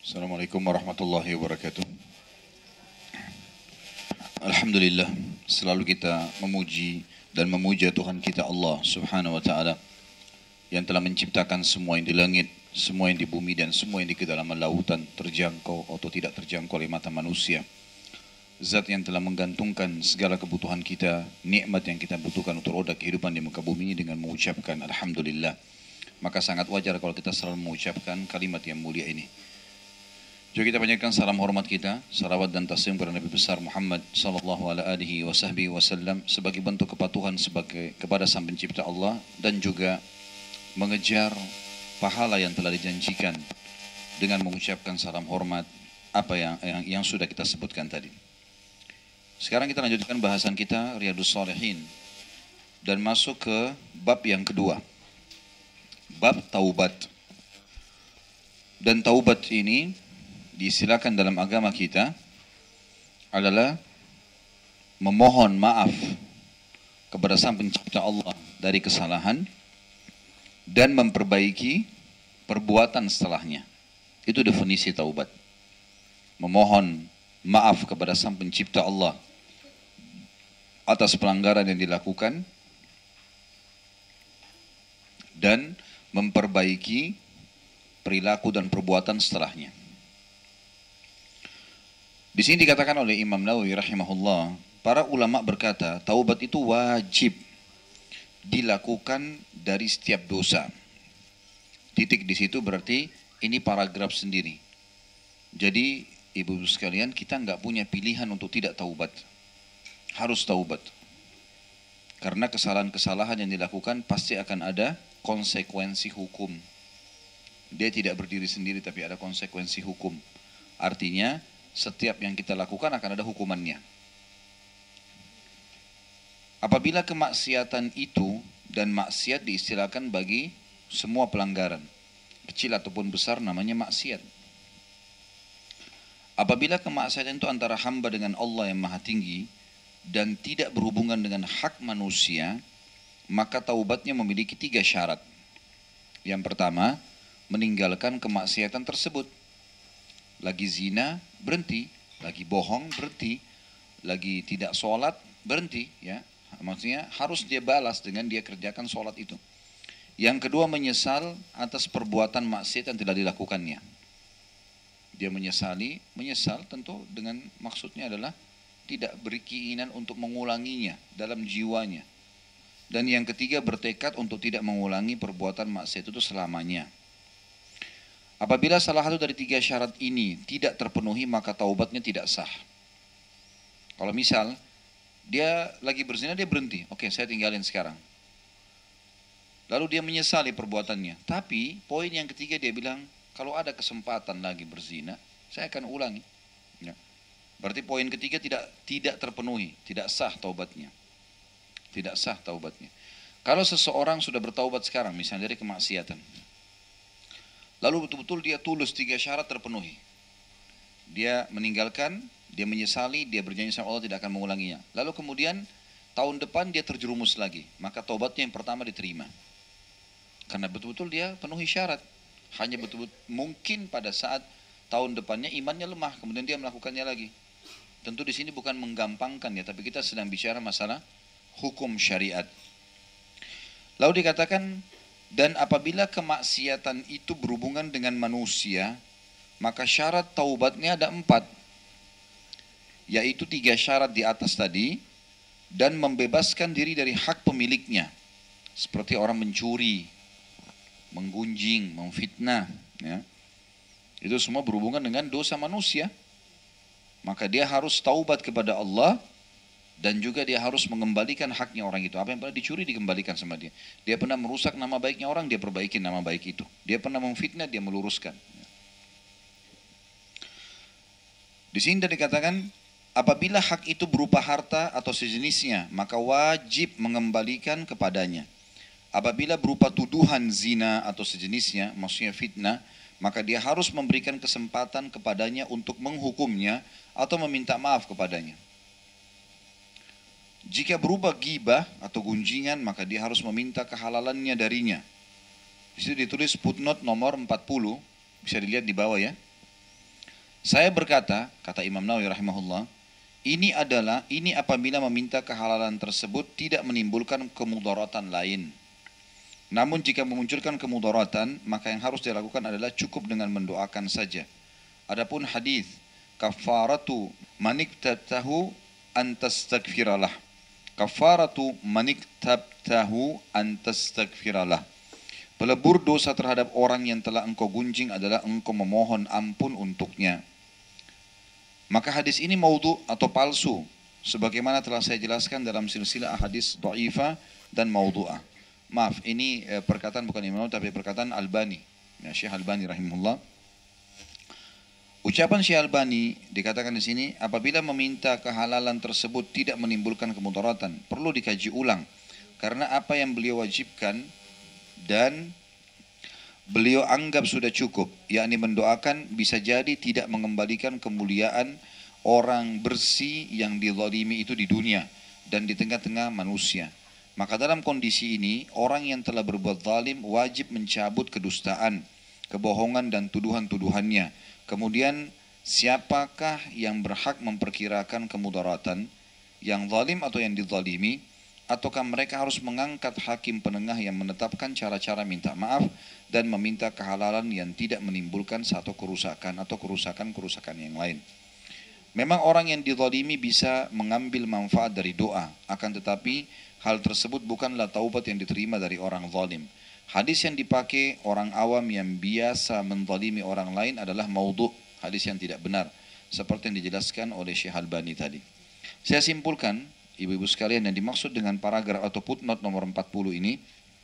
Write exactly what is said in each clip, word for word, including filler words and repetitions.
Assalamualaikum warahmatullahi wabarakatuh. Alhamdulillah, selalu kita memuji dan memuja Tuhan kita Allah subhanahu wa ta'ala yang telah menciptakan semua yang di langit, semua yang di bumi dan semua yang di kedalaman lautan, terjangkau atau tidak terjangkau oleh mata manusia. Zat yang telah menggantungkan segala kebutuhan kita, nikmat yang kita butuhkan untuk roda kehidupan di muka bumi ini dengan mengucapkan Alhamdulillah. Maka sangat wajar kalau kita selalu mengucapkan kalimat yang mulia ini. Juga kita panjatkan salam hormat kita, salawat dan taslim kepada Nabi besar Muhammad sallallahu alaihi wasallam sebagai bentuk kepatuhan sebagai kepada Sang Pencipta Allah dan juga mengejar pahala yang telah dijanjikan dengan mengucapkan salam hormat apa yang yang, yang sudah kita sebutkan tadi. Sekarang kita lanjutkan bahasan kita Riyadhus Shalihin dan masuk ke bab yang kedua. Bab taubat. Dan taubat ini diistilahkan dalam agama kita adalah memohon maaf kepada Sang Pencipta Allah dari kesalahan dan memperbaiki perbuatan setelahnya. Itu definisi taubat. Memohon maaf kepada Sang Pencipta Allah atas pelanggaran yang dilakukan dan memperbaiki perilaku dan perbuatan setelahnya. Di sini dikatakan oleh Imam Nawawi rahimahullah, para ulama berkata, taubat itu wajib dilakukan dari setiap dosa. Titik di situ berarti ini paragraf sendiri. Jadi ibu-ibu sekalian, kita nggak punya pilihan untuk tidak taubat. Harus taubat. Karena kesalahan-kesalahan yang dilakukan pasti akan ada konsekuensi hukum. Dia tidak berdiri sendiri tapi ada konsekuensi hukum. Artinya setiap yang kita lakukan akan ada hukumannya. Apabila kemaksiatan itu, dan maksiat diistilahkan bagi semua pelanggaran, kecil ataupun besar namanya maksiat. Apabila kemaksiatan itu antara hamba dengan Allah yang maha tinggi, dan tidak berhubungan dengan hak manusia, maka taubatnya memiliki tiga syarat. Yang pertama, meninggalkan kemaksiatan tersebut. Lagi zina, berhenti. Lagi bohong, berhenti. Lagi tidak sholat, berhenti. Ya, maksudnya harus dia balas dengan dia kerjakan sholat itu. Yang kedua, menyesal atas perbuatan maksiat yang telah dilakukannya. Dia menyesali, menyesal tentu dengan maksudnya adalah tidak berkeinginan untuk mengulanginya dalam jiwanya. Dan yang ketiga, bertekad untuk tidak mengulangi perbuatan maksiat itu selamanya. Apabila salah satu dari tiga syarat ini tidak terpenuhi, maka taubatnya tidak sah. Kalau misal dia lagi berzina, dia berhenti. Oke, saya tinggalin sekarang. Lalu dia menyesali perbuatannya. Tapi poin yang ketiga dia bilang, kalau ada kesempatan lagi berzina, saya akan ulangi. Ya. Berarti poin ketiga tidak tidak terpenuhi, tidak sah taubatnya. Tidak sah taubatnya. Kalau seseorang sudah bertaubat sekarang, misalnya dari kemaksiatan, lalu betul-betul dia tulus, tiga syarat terpenuhi. Dia meninggalkan, dia menyesali, dia berjanji sama Allah tidak akan mengulanginya. Lalu kemudian tahun depan dia terjerumus lagi, maka taubatnya yang pertama diterima. Karena betul-betul dia penuhi syarat. Hanya betul-betul mungkin pada saat tahun depannya imannya lemah, kemudian dia melakukannya lagi. Tentu di sini bukan menggampangkan ya, tapi kita sedang bicara masalah hukum syariat. Lalu dikatakan, dan apabila kemaksiatan itu berhubungan dengan manusia, maka syarat taubatnya ada empat. Yaitu tiga syarat di atas tadi, dan membebaskan diri dari hak pemiliknya. Seperti orang mencuri, menggunjing, memfitnah. Ya. Itu semua berhubungan dengan dosa manusia. Maka dia harus taubat kepada Allah, dan juga dia harus mengembalikan haknya orang itu. Apa yang pernah dicuri dikembalikan sama dia. Dia pernah merusak nama baiknya orang, dia perbaiki nama baik itu. Dia pernah memfitnah, dia meluruskan. Di sini dikatakan, apabila hak itu berupa harta atau sejenisnya, maka wajib mengembalikan kepadanya. Apabila berupa tuduhan zina atau sejenisnya, maksudnya fitnah, maka dia harus memberikan kesempatan kepadanya untuk menghukumnya atau meminta maaf kepadanya. Jika berubah ghibah atau gunjingan, maka dia harus meminta kehalalannya darinya. Di situ ditulis footnote nomor empat puluh, bisa dilihat di bawah ya. Saya berkata, kata Imam Nawawi rahimahullah, ini adalah, ini apabila meminta kehalalan tersebut tidak menimbulkan kemudaratan lain. Namun jika memunculkan kemudaratan, maka yang harus dilakukan adalah cukup dengan mendoakan saja. Adapun hadis kafaratu maniktabtahu antastaghfiralah. Kafaratu maniktabtahu antastaghfiralah. Pelebur dosa terhadap orang yang telah engkau gunjing adalah engkau memohon ampun untuknya. Maka hadis ini maudhu atau palsu, sebagaimana telah saya jelaskan dalam silsilah hadis dhaifah dan maudhu'ah. Maaf, ini eh, perkataan bukan Imam tapi perkataan Albani, ya, Syekh Albani rahimahullah. Ucapan Syekh Albani dikatakan di sini, apabila meminta kehalalan tersebut tidak menimbulkan kemudaratan, perlu dikaji ulang, karena apa yang beliau wajibkan dan beliau anggap sudah cukup, yakni mendoakan bisa jadi tidak mengembalikan kemuliaan orang bersih yang dizalimi itu di dunia dan di tengah-tengah manusia. Maka dalam kondisi ini, orang yang telah berbuat zalim wajib mencabut kedustaan, kebohongan dan tuduhan-tuduhannya. Kemudian siapakah yang berhak memperkirakan kemudaratan, yang zalim atau yang dizalimi? Ataukah mereka harus mengangkat hakim penengah yang menetapkan cara-cara minta maaf dan meminta kehalalan yang tidak menimbulkan satu kerusakan atau kerusakan-kerusakan yang lain? Memang orang yang dizalimi bisa mengambil manfaat dari doa, akan tetapi hal tersebut bukanlah taubat yang diterima dari orang zalim. Hadis yang dipakai orang awam yang biasa menzalimi orang lain adalah maudhu', hadis yang tidak benar, seperti yang dijelaskan oleh Syekh Albani tadi. Saya simpulkan, ibu-ibu sekalian, yang dimaksud dengan paragraf atau footnote nomor empat puluh ini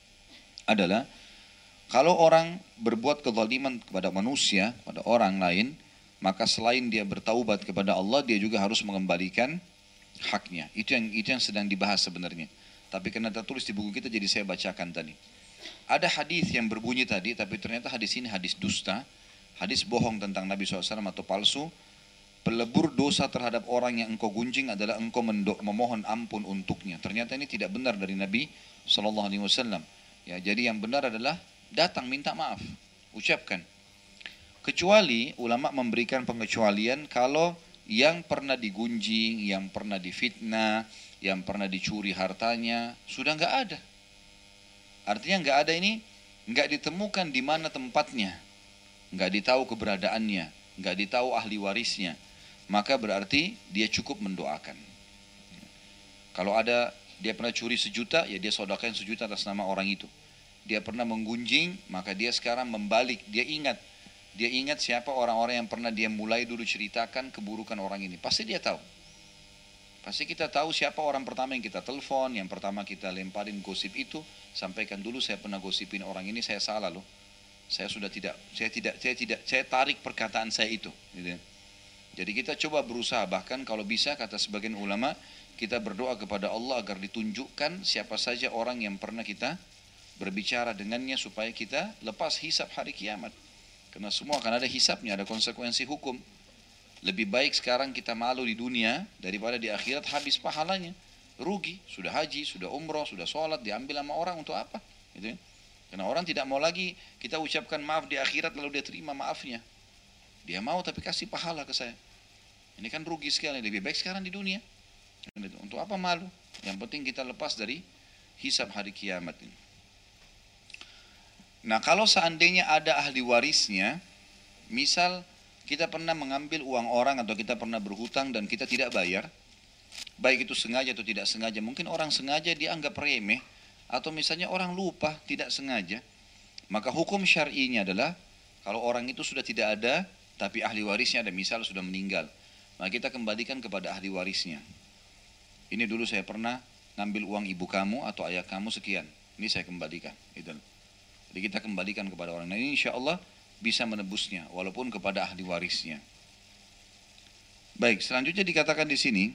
adalah kalau orang berbuat kezaliman kepada manusia, kepada orang lain, maka selain dia bertaubat kepada Allah, dia juga harus mengembalikan haknya. Itu yang itu yang sedang dibahas sebenarnya. Tapi karena tertulis di buku kita, jadi saya bacakan tadi. Ada hadis yang berbunyi tadi, tapi ternyata hadis ini hadis dusta, hadis bohong tentang Nabi shallallahu alaihi wasallam atau palsu. Pelebur dosa terhadap orang yang engkau gunjing adalah engkau memohon ampun untuknya. Ternyata ini tidak benar dari Nabi shallallahu alaihi wasallam. Ya, jadi yang benar adalah datang minta maaf, ucapkan. Kecuali ulama memberikan pengecualian kalau yang pernah digunjing, yang pernah difitnah, yang pernah dicuri hartanya sudah nggak ada. Artinya nggak ada ini, nggak ditemukan di mana tempatnya, nggak ditahu keberadaannya, nggak ditahu ahli warisnya, maka berarti dia cukup mendoakan. Kalau ada dia pernah curi sejuta, ya dia sedekahkan sejuta atas nama orang itu. Dia pernah menggunjing, maka dia sekarang membalik, dia ingat, dia ingat siapa orang-orang yang pernah dia mulai dulu ceritakan keburukan orang ini. Pasti dia tahu. Pasti kita tahu siapa orang pertama yang kita telepon, yang pertama kita lemparin gosip itu, sampaikan dulu saya pernah gosipin orang ini, saya salah loh. Saya sudah tidak, saya tidak, saya tidak, saya tarik perkataan saya itu. Gitu. Jadi kita coba berusaha, bahkan kalau bisa kata sebagian ulama, kita berdoa kepada Allah agar ditunjukkan siapa saja orang yang pernah kita berbicara dengannya supaya kita lepas hisab hari kiamat. Karena semua akan ada hisabnya, ada konsekuensi hukum. Lebih baik sekarang kita malu di dunia daripada di akhirat habis pahalanya. Rugi, sudah haji, sudah umroh, sudah sholat, diambil sama orang untuk apa? Gitu ya. Karena orang tidak mau lagi kita ucapkan maaf di akhirat lalu dia terima maafnya. Dia mau tapi kasih pahala ke saya. Ini kan rugi sekali, lebih baik sekarang di dunia. Untuk apa malu? Yang penting kita lepas dari hisab hari kiamat ini. Nah kalau seandainya ada ahli warisnya, misal kita pernah mengambil uang orang atau kita pernah berhutang dan kita tidak bayar, baik itu sengaja atau tidak sengaja, mungkin orang sengaja dianggap remeh, atau misalnya orang lupa tidak sengaja, maka hukum syar'inya adalah kalau orang itu sudah tidak ada, tapi ahli warisnya ada, misal sudah meninggal, maka kita kembalikan kepada ahli warisnya. Ini dulu saya pernah ngambil uang ibu kamu atau ayah kamu sekian, ini saya kembalikan. Gitu. Jadi kita kembalikan kepada orang. Nah ini insya Allah bisa menebusnya, walaupun kepada ahli warisnya. Baik, selanjutnya dikatakan di sini,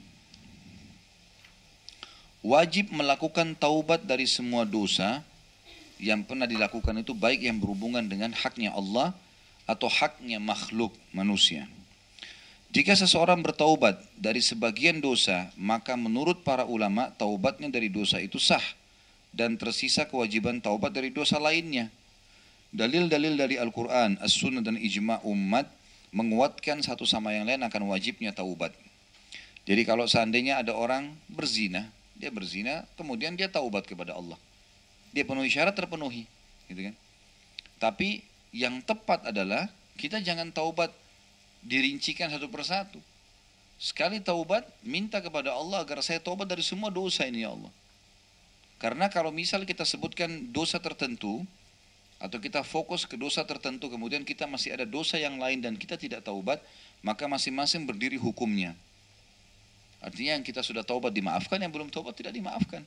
wajib melakukan taubat dari semua dosa yang pernah dilakukan itu, baik yang berhubungan dengan haknya Allah atau haknya makhluk manusia. Jika seseorang bertaubat dari sebagian dosa, maka menurut para ulama taubatnya dari dosa itu sah dan tersisa kewajiban taubat dari dosa lainnya. Dalil-dalil dari Al-Quran, As-Sunnah dan Ijma' umat menguatkan satu sama yang lain akan wajibnya taubat. Jadi kalau seandainya ada orang berzina, dia berzina, kemudian dia taubat kepada Allah. Dia penuhi syarat, terpenuhi. Gitu kan? Tapi yang tepat adalah kita jangan taubat dirincikan satu persatu. Sekali taubat, minta kepada Allah agar saya taubat dari semua dosa ini ya Allah. Karena kalau misal kita sebutkan dosa tertentu, atau kita fokus ke dosa tertentu, kemudian kita masih ada dosa yang lain dan kita tidak taubat, maka masing-masing berdiri hukumnya. Artinya yang kita sudah taubat dimaafkan, yang belum taubat tidak dimaafkan.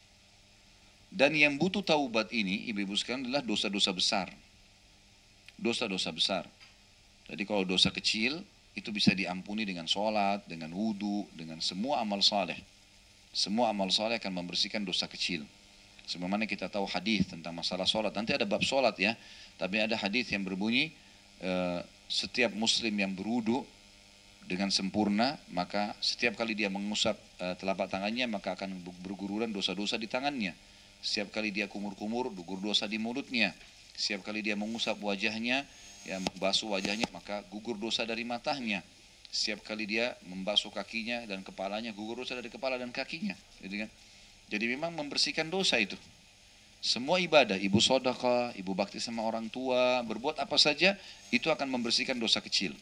Dan yang butuh taubat ini, ibu-ibu sekalian, adalah dosa-dosa besar. Dosa-dosa besar. Jadi kalau dosa kecil, itu bisa diampuni dengan sholat, dengan wudu, dengan semua amal saleh. Semua amal saleh akan membersihkan dosa kecil. Sebagaimana kita tahu hadis tentang masalah sholat. Nanti ada bab sholat ya. Tapi ada hadis yang berbunyi, uh, setiap muslim yang berwudu dengan sempurna, maka setiap kali dia mengusap uh, telapak tangannya, maka akan berguguran dosa-dosa di tangannya. Setiap kali dia kumur-kumur, gugur dosa di mulutnya. Setiap kali dia mengusap wajahnya, ya membasuh wajahnya, maka gugur dosa dari matanya. Setiap kali dia membasuh kakinya dan kepalanya, gugur dosa dari kepala dan kakinya. Gitu kan? Jadi memang membersihkan dosa itu. Semua ibadah, ibu sodakah, ibu bakti sama orang tua, berbuat apa saja, itu akan membersihkan dosa kecil.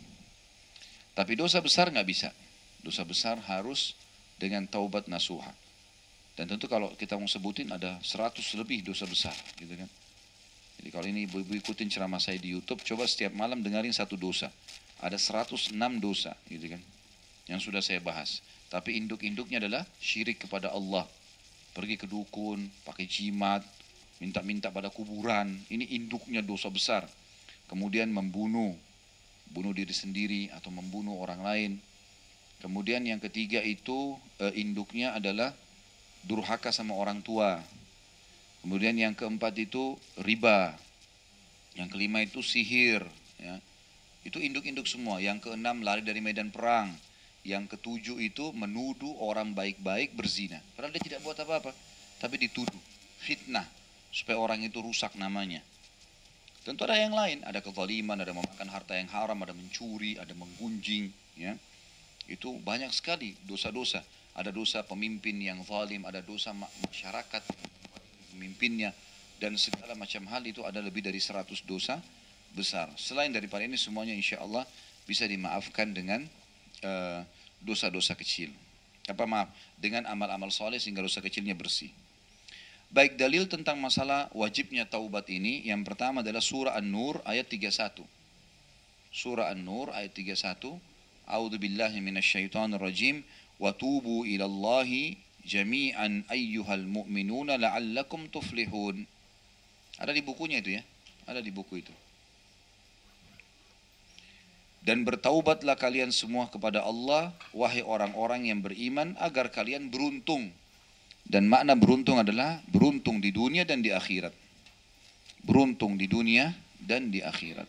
Tapi dosa besar nggak bisa. Dosa besar harus dengan taubat nasuha. Dan tentu kalau kita mau sebutin ada seratus lebih dosa besar. Gitu kan. Jadi kalau ini ibu-ibu ikutin ceramah saya di YouTube, coba setiap malam dengarin satu dosa. Ada seratus enam dosa, gitu kan, yang sudah saya bahas. Tapi induk-induknya adalah syirik kepada Allah. Pergi ke dukun, pakai jimat, minta-minta pada kuburan. Ini induknya dosa besar. Kemudian membunuh, bunuh diri sendiri atau membunuh orang lain. Kemudian yang ketiga itu eh, induknya adalah durhaka sama orang tua. Kemudian yang keempat itu riba. Yang kelima itu sihir. Ya. Itu induk-induk semua. Yang keenam lari dari medan perang. Yang ketujuh itu menuduh orang baik-baik berzina. Padahal dia tidak buat apa-apa. Tapi dituduh. Fitnah. Supaya orang itu rusak namanya. Tentu ada yang lain. Ada kezaliman, ada memakan harta yang haram, ada mencuri, ada menggunjing. Ya. Itu banyak sekali dosa-dosa. Ada dosa pemimpin yang zalim, ada dosa masyarakat pemimpinnya, dan segala macam hal itu ada lebih dari seratus dosa besar. Selain daripada ini semuanya insya Allah bisa dimaafkan dengan uh, dosa-dosa kecil. Apa maaf, dengan amal-amal soleh sehingga dosa kecilnya bersih. Baik, dalil tentang masalah wajibnya taubat ini, yang pertama adalah surah An-Nur ayat tiga puluh satu. Surah An-Nur ayat tiga puluh satu. A'udzubillahi minasyaitonir rajim wa tubu ilallahi jami'an ayyuhal mu'minuna la'allakum tuflihun. Ada di bukunya itu ya. Ada di buku itu. Dan bertaubatlah kalian semua kepada Allah, wahai orang-orang yang beriman, agar kalian beruntung. Dan makna beruntung adalah beruntung di dunia dan di akhirat. Beruntung di dunia dan di akhirat.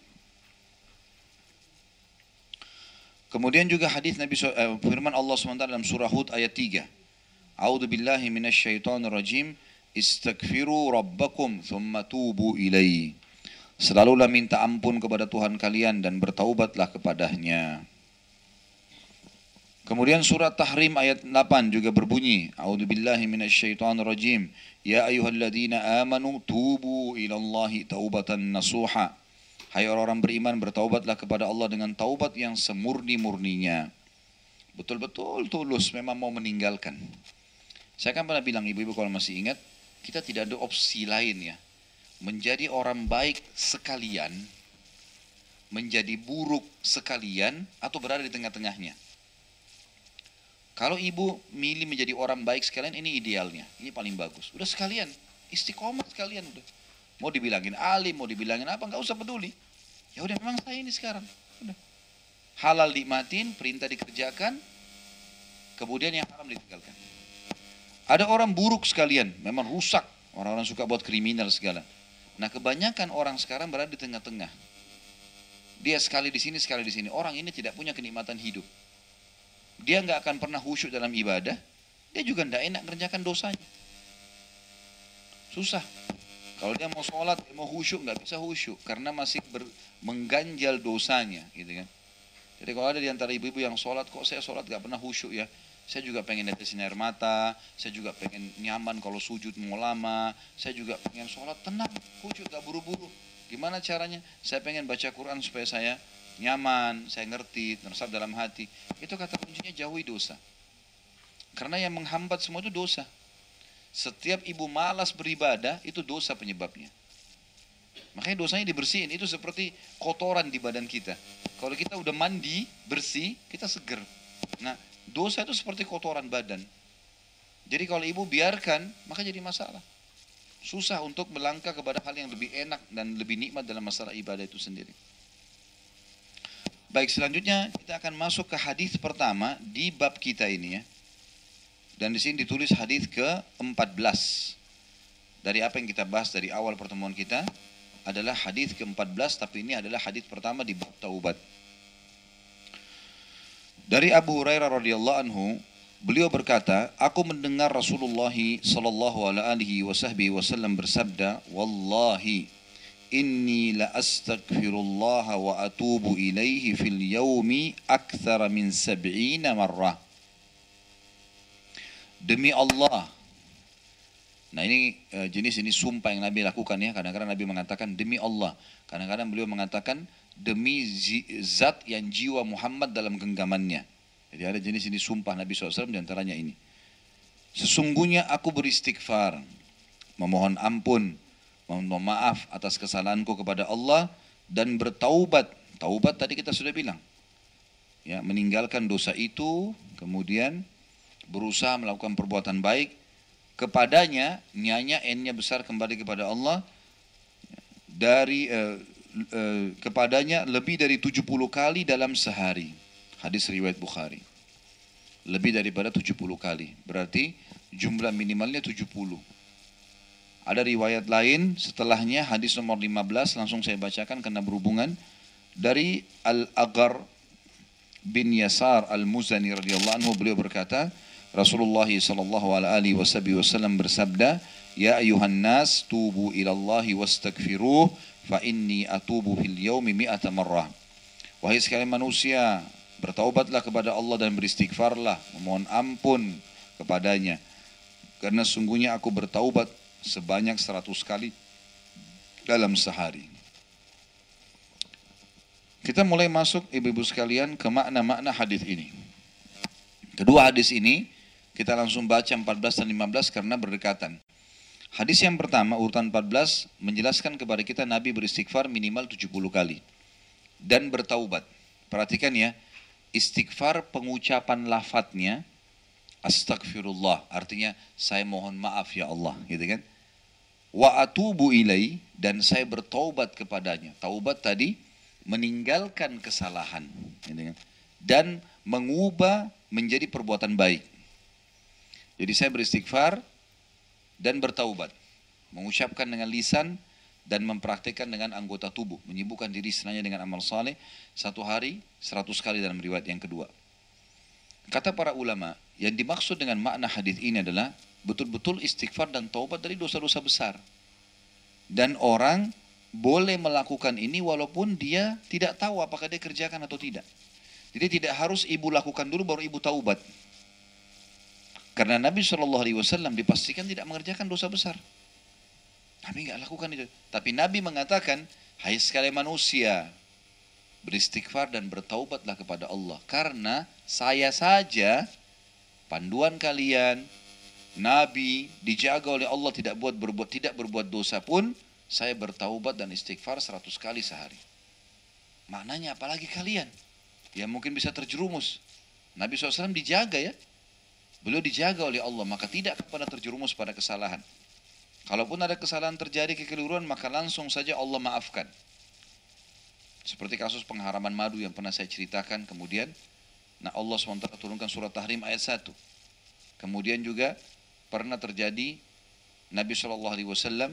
Kemudian juga hadis Nabi eh, firman Allah subhanahu wa taala dalam surah Hud ayat tiga. A'udzu billahi minasyaitonir rajim. Istaghfiru rabbakum thumma tubu ilaihi. Selalulah minta ampun kepada Tuhan kalian dan bertaubatlah kepadanya. Kemudian surat Tahrim ayat delapan juga berbunyi, A'udzubillahi minasyaitonir rajim. Ya ayyuhalladzina amanu tubu ilallahi taubatan nasuha. Hai orang-orang beriman, bertaubatlah kepada Allah dengan taubat yang semurni-murninya. Betul-betul tulus memang mau meninggalkan. Saya kan pernah bilang, ibu-ibu kalau masih ingat, kita tidak ada opsi lain ya. Menjadi orang baik sekalian, menjadi buruk sekalian, atau berada di tengah-tengahnya. Kalau ibu milih menjadi orang baik sekalian, ini idealnya, ini paling bagus. Udah sekalian, istiqomah sekalian udah. Mau dibilangin alim, mau dibilangin apa, nggak usah peduli. Ya udah, memang saya ini sekarang. Udah. Halal dimatiin, perintah dikerjakan, kemudian yang haram ditinggalkan. Ada orang buruk sekalian, memang rusak. Orang-orang suka buat kriminal segala. Nah, kebanyakan orang sekarang berada di tengah-tengah. Dia sekali di sini, sekali di sini. Orang ini tidak punya kenikmatan hidup. Dia nggak akan pernah khusyuk dalam ibadah. Dia juga nggak enak mengerjakan dosanya. Susah. Kalau dia mau sholat, dia mau khusyuk, nggak bisa khusyuk. Karena masih ber, mengganjal dosanya. Gitu kan. Jadi kalau ada di antara ibu-ibu yang sholat, kok saya sholat gak pernah khusyuk ya. Saya juga pengen netesin air mata, saya juga pengen nyaman kalau sujud mau lama, saya juga pengen sholat tenang, khusyuk gak buru-buru. Gimana caranya? Saya pengen baca Quran supaya saya nyaman, saya ngerti, tersab dalam hati. Itu kata kuncinya jauhi dosa. Karena yang menghambat semua itu dosa. Setiap ibu malas beribadah, itu dosa penyebabnya. Makanya dosanya dibersihin, itu seperti kotoran di badan kita. Kalau kita udah mandi, bersih, kita seger. Nah, dosa itu seperti kotoran badan. Jadi kalau ibu biarkan, maka jadi masalah. Susah untuk melangkah kepada hal yang lebih enak dan lebih nikmat dalam masalah ibadah itu sendiri. Baik, selanjutnya kita akan masuk ke hadis pertama di bab kita ini ya. Dan di sini ditulis hadis ke empat belas. Dari apa yang kita bahas dari awal pertemuan kita adalah hadis ke empat belas, tapi ini adalah hadis pertama di bab taubat. Dari Abu Hurairah radhiyallahu anhu, beliau berkata, aku mendengar Rasulullah sallallahu alaihi wasallam bersabda, wallahi inni la astaghfirullah wa atubu ilaihi fil yaumi akthara min sab'ina marrah. Demi Allah. Nah ini e, jenis ini sumpah yang Nabi lakukan ya. Kadang-kadang Nabi mengatakan demi Allah. Kadang-kadang beliau mengatakan demi zat yang jiwa Muhammad dalam genggamannya. Jadi ada jenis ini sumpah Nabi shallallahu alaihi wasallam diantaranya ini. Sesungguhnya aku beristighfar, memohon ampun, memohon maaf atas kesalahanku kepada Allah dan bertaubat. Taubat tadi kita sudah bilang. Ya, meninggalkan dosa itu, kemudian berusaha melakukan perbuatan baik kepadanya, nyanya n-nya besar kembali kepada Allah, dari eh, eh, kepadanya lebih dari tujuh puluh kali dalam sehari. Hadis riwayat Bukhari. Lebih daripada tujuh puluh kali. Berarti jumlah minimalnya tujuh puluh. Ada riwayat lain setelahnya hadis nomor lima belas, langsung saya bacakan karena berhubungan. Dari Al-Aghar bin Yasar Al-Muzani radhiyallahu anhu, beliau berkata, Rasulullah sallallahu alaihi wasallam bersabda, ya ayuhan nas tubu ilallahi wastaghfiruh fa inni atubu fil yaumi mi'ata marrah. Wahai sekalian manusia, bertaubatlah kepada Allah dan beristighfarlah, memohon ampun kepadanya, karena sungguhnya aku bertaubat sebanyak seratus kali dalam sehari. Kita mulai masuk ibu-ibu sekalian ke makna-makna hadis ini. Kedua hadis ini kita langsung baca empat belas dan lima belas karena berdekatan. Hadis yang pertama urutan empat belas menjelaskan kepada kita Nabi beristighfar minimal tujuh puluh kali dan bertaubat. Perhatikan ya, istighfar pengucapan lafadznya astagfirullah, artinya saya mohon maaf ya Allah, gitu kan? Wa atubu ilai, dan saya bertaubat kepadanya. Taubat tadi meninggalkan kesalahan, gitu kan? Dan mengubah menjadi perbuatan baik. Jadi saya beristighfar dan bertaubat, mengucapkan dengan lisan dan mempraktikkan dengan anggota tubuh, menyibukkan diri senanya dengan amal saleh, satu hari seratus kali dalam riwayat yang kedua. Kata para ulama, yang dimaksud dengan makna hadis ini adalah betul-betul istighfar dan taubat dari dosa-dosa besar. Dan orang boleh melakukan ini walaupun dia tidak tahu apakah dia kerjakan atau tidak. Jadi tidak harus ibu lakukan dulu baru ibu taubat. Karena Nabi shallallahu alaihi wasallam dipastikan tidak mengerjakan dosa besar. Nabi nggak lakukan itu. Tapi Nabi mengatakan, hai sekalian manusia, beristighfar dan bertaubatlah kepada Allah. Karena saya saja, panduan kalian, Nabi dijaga oleh Allah tidak buat berbuat tidak berbuat dosa pun, saya bertaubat dan istighfar seratus kali sehari. Maknanya apalagi kalian yang mungkin bisa terjerumus. Nabi shallallahu alaihi wasallam dijaga ya. Beliau dijaga oleh Allah, maka tidak pernah terjerumus pada kesalahan. Kalaupun ada kesalahan terjadi, kekeliruan, maka langsung saja Allah maafkan. Seperti kasus pengharaman madu yang pernah saya ceritakan, kemudian nah Allah subhanahu wa taala turunkan surat Tahrim ayat satu. Kemudian juga pernah terjadi Nabi shallallahu alaihi wasallam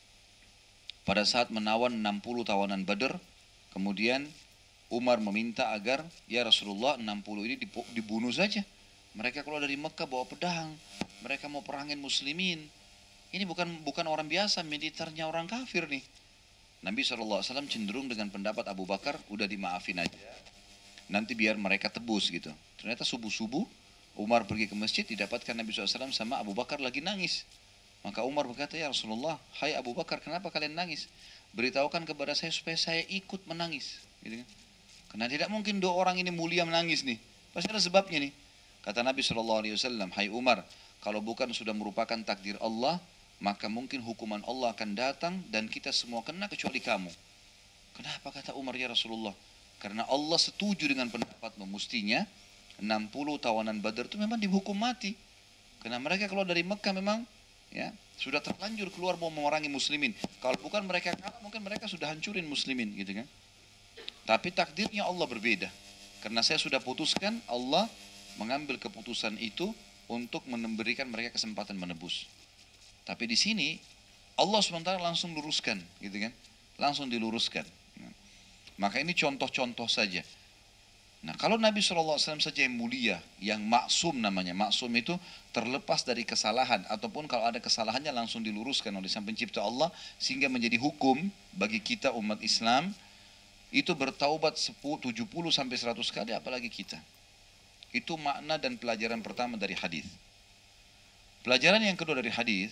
pada saat menawan enam puluh tawanan Badar, kemudian Umar meminta agar ya Rasulullah enam puluh ini dibunuh saja. Mereka keluar dari Mekah bawa pedang, mereka mau perangin muslimin. Ini bukan bukan orang biasa, militernya orang kafir nih. Nabi shallallahu alaihi wasallam cenderung dengan pendapat Abu Bakar, udah dimaafin aja. nanti biar mereka tebus gitu. Ternyata subuh-subuh Umar pergi ke masjid, didapatkan Nabi shallallahu alaihi wasallam sama Abu Bakar lagi nangis. Maka Umar berkata, ya Rasulullah, hai Abu Bakar, kenapa kalian nangis? Beritahukan kepada saya supaya saya ikut menangis. Gitu kan? Karena tidak mungkin dua orang ini mulia menangis nih. Pasti ada sebabnya nih. Kata Nabi shallallahu alaihi wasallam, hai Umar, kalau bukan sudah merupakan takdir Allah, maka mungkin hukuman Allah akan datang dan kita semua kena kecuali kamu. Kenapa kata Umar, ya Rasulullah? Karena Allah setuju dengan pendapatmu. Mestinya enam puluh tawanan Badar itu memang dihukum mati. Karena mereka keluar dari Mekah memang ya sudah terlanjur keluar mau memerangi muslimin. Kalau bukan mereka kalah, mungkin mereka sudah hancurin muslimin gitu kan. Tapi takdirnya Allah berbeda. Karena saya sudah putuskan, Allah mengambil keputusan itu untuk memberikan mereka kesempatan menebus. Tapi di sini Allah sementara langsung luruskan gitu kan. Langsung diluruskan. Maka ini contoh-contoh saja. Nah, kalau Nabi shallallahu alaihi wasallam saja yang mulia, yang maksum namanya. Maksum itu terlepas dari kesalahan. Ataupun kalau ada kesalahannya langsung diluruskan oleh Sang Pencipta Allah. Sehingga menjadi hukum bagi kita umat Islam. Itu bertaubat tujuh puluh sampai seratus kali, apalagi kita. Itu makna dan pelajaran pertama dari hadis. Pelajaran yang kedua dari hadis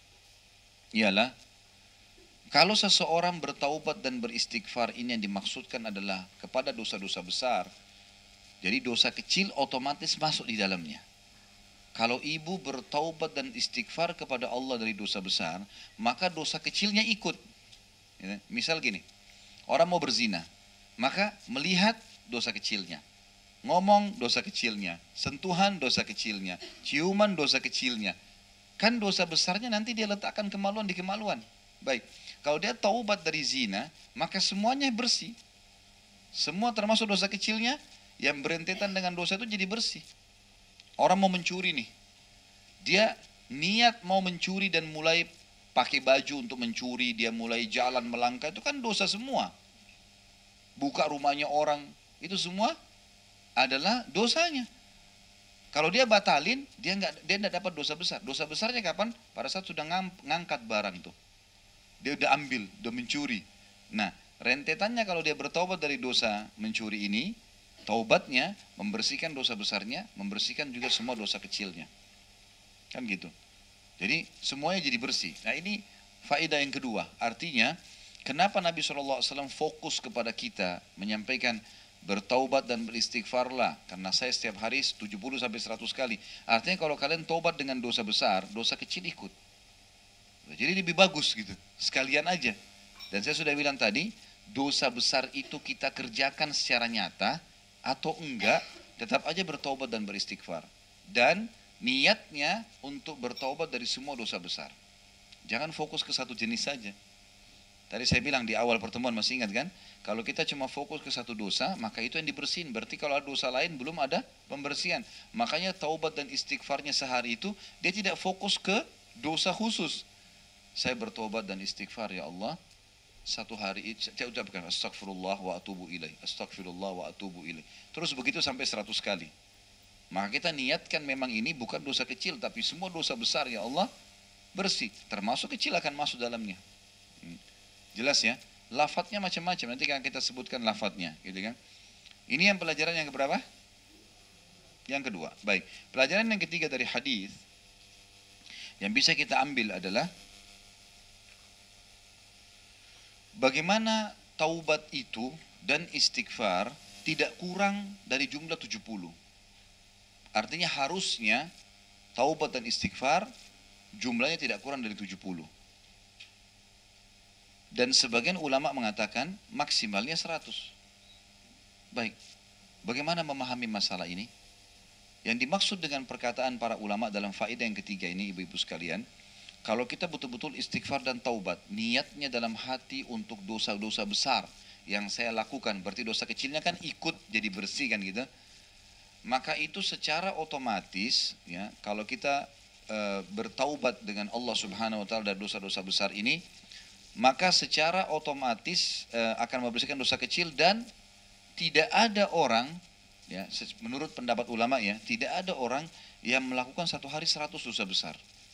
ialah kalau seseorang bertaubat dan beristighfar, ini yang dimaksudkan adalah kepada dosa-dosa besar. Jadi dosa kecil otomatis masuk di dalamnya. Kalau ibu bertaubat dan istighfar kepada Allah dari dosa besar, maka dosa kecilnya ikut. Misal gini, orang mau berzina, maka melihat dosa kecilnya. Ngomong dosa kecilnya, sentuhan dosa kecilnya, ciuman dosa kecilnya. Kan dosa besarnya nanti dia letakkan kemaluan di kemaluan. Baik, kalau dia taubat dari zina, maka semuanya bersih. Semua termasuk dosa kecilnya yang berentetan dengan dosa itu jadi bersih. Orang mau mencuri nih, dia niat mau mencuri dan mulai pakai baju untuk mencuri, dia mulai jalan melangkah, itu kan dosa semua. Buka rumahnya orang, itu semua adalah dosanya. Kalau dia batalin, dia nggak dia nggak dapat dosa besar. Dosa besarnya kapan? Pada saat sudah ngangkat barang tuh. Dia udah ambil, udah mencuri. Nah, rentetannya kalau dia bertobat dari dosa mencuri ini, taubatnya membersihkan dosa besarnya, membersihkan juga semua dosa kecilnya. Kan gitu. Jadi semuanya jadi bersih. Nah, ini faedah yang kedua. Artinya, kenapa Nabi shallallahu alaihi wasallam fokus kepada kita menyampaikan bertaubat dan beristighfarlah, karena saya setiap hari tujuh puluh sampai seratus kali. Artinya kalau kalian taubat dengan dosa besar, dosa kecil ikut. Jadi lebih bagus gitu, sekalian aja. Dan saya sudah bilang tadi, dosa besar itu kita kerjakan secara nyata atau enggak, tetap aja bertaubat dan beristighfar. Dan niatnya untuk bertaubat dari semua dosa besar. Jangan fokus ke satu jenis saja. Tadi saya bilang di awal pertemuan, masih ingat kan? Kalau kita cuma fokus ke satu dosa, maka itu yang dibersihin. Berarti kalau ada dosa lain belum ada pembersihan. Makanya taubat dan istighfarnya sehari itu, dia tidak fokus ke dosa khusus. Saya bertobat dan istighfar ya Allah, satu hari saya ucapkan astagfirullah wa atubu ilaih, astagfirullah wa atubu ilaih. Terus begitu sampai seratus kali. Maka kita niatkan memang ini bukan dosa kecil, tapi semua dosa besar ya Allah bersih. Termasuk kecil akan masuk dalamnya. Jelas ya? Lafadznya macam-macam, nanti akan kita sebutkan lafadznya. Gitu kan? Ini yang pelajaran yang keberapa? Yang kedua. Baik, pelajaran yang ketiga dari hadis yang bisa kita ambil adalah bagaimana taubat itu dan istighfar tidak kurang dari jumlah tujuh puluh. Artinya harusnya taubat dan istighfar jumlahnya tidak kurang dari tujuh puluh. Dan sebagian ulama mengatakan maksimalnya seratus. Baik, bagaimana memahami masalah ini? Yang dimaksud dengan perkataan para ulama dalam faedah yang ketiga ini, ibu-ibu sekalian, kalau kita betul-betul istighfar dan taubat, niatnya dalam hati untuk dosa-dosa besar yang saya lakukan, berarti dosa kecilnya kan ikut jadi bersih kan gitu. Maka itu secara otomatis, ya, kalau kita e, bertaubat dengan Allah Subhanahu Wa Taala dari dosa-dosa besar ini, maka secara otomatis e, akan membersihkan dosa kecil dan tidak ada orang, ya, menurut pendapat ulama ya, tidak ada orang yang melakukan satu hari seratus dosa besar.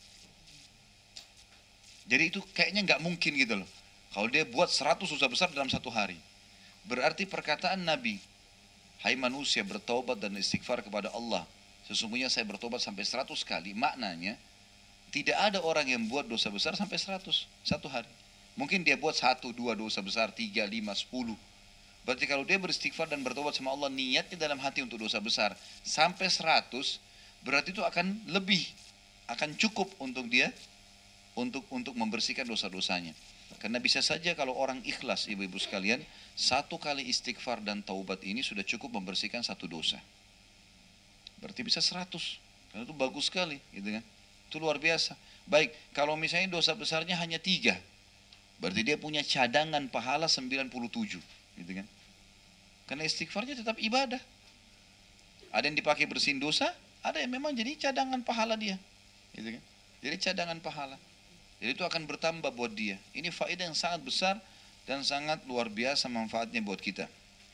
Jadi itu kayaknya nggak mungkin gitu loh. Kalau dia buat seratus dosa besar dalam satu hari. Berarti perkataan Nabi, hai manusia bertobat dan istighfar kepada Allah, sesungguhnya saya bertobat sampai seratus kali. Maknanya tidak ada orang yang buat dosa besar sampai seratus satu hari. Mungkin dia buat satu, dua dosa besar, tiga, lima, sepuluh. Berarti kalau dia beristighfar dan bertobat sama Allah, niatnya dalam hati untuk dosa besar sampai seratus, berarti itu akan lebih, akan cukup untuk dia untuk untuk membersihkan dosa-dosanya. Karena bisa saja kalau orang ikhlas, ibu-ibu sekalian, satu kali istighfar dan taubat ini sudah cukup membersihkan satu dosa. Berarti bisa seratus. Karena itu bagus sekali, gitu kan? Itu luar biasa. Baik, kalau misalnya dosa besarnya hanya tiga, berarti dia punya cadangan pahala sembilan puluh tujuh, gitu kan? Karena istighfarnya tetap ibadah. Ada yang dipakai bersihin dosa, ada yang memang jadi cadangan pahala dia, gitu kan? Jadi cadangan pahala. Jadi itu akan bertambah buat dia. Ini faedah yang sangat besar dan sangat luar biasa manfaatnya buat kita.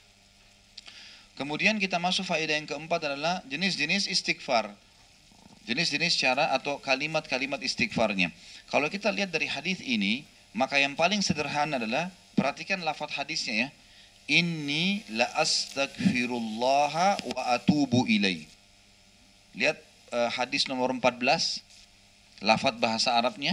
Kemudian kita masuk faedah yang keempat adalah jenis-jenis istighfar. Jenis-jenis cara atau kalimat-kalimat istighfarnya. Kalau kita lihat dari hadis ini, maka yang paling sederhana adalah perhatikan lafaz hadisnya ya. Inni la astaghfirullah wa atubu ilaih. Lihat uh, hadis nomor empat belas, lafaz bahasa Arabnya.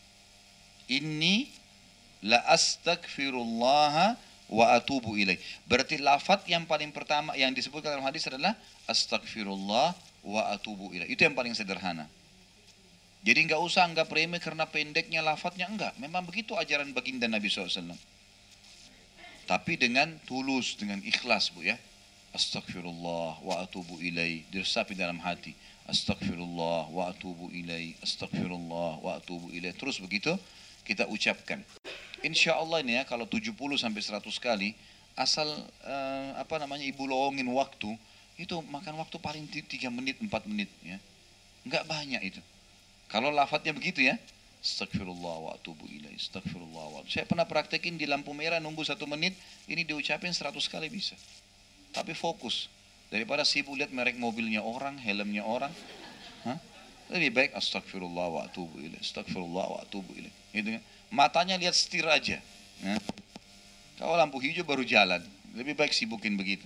Inni la astaghfirullah wa atubu ilaih. Berarti lafaz yang paling pertama yang disebutkan dalam hadis adalah astaghfirullah wa atubu ilaih. Itu yang paling sederhana. Jadi enggak usah anggap remeh karena pendeknya lafaznya, enggak. Memang begitu ajaran baginda Nabi shallallahu alaihi wasallam. Tapi dengan tulus, dengan ikhlas bu ya. Astaghfirullah wa atubu ilaih. Diresapi dalam hati. Astaghfirullah wa atubu ilaih. Astaghfirullah wa atubu ilaih. Terus begitu kita ucapkan. Insya Allah ini ya, kalau tujuh puluh sampai seratus kali, asal uh, apa namanya ibu lowongin waktu, itu makan waktu paling tiga menit, empat menit ya. Enggak banyak itu. Kalau lafadznya begitu ya, astagfirullah wa atubu ilaih, astagfirullah wa atubu. Saya pernah praktekin di lampu merah nunggu satu menit, ini diucapin seratus kali bisa. Tapi fokus. Daripada sibuk lihat merek mobilnya orang, helmnya orang. Hah? Lebih baik astagfirullah wa atubu ilaih, astagfirullah wa atubu ilaih. Gitu kan? Matanya lihat setir aja. Ya. Kalau lampu hijau baru jalan. Lebih baik sibukin begitu.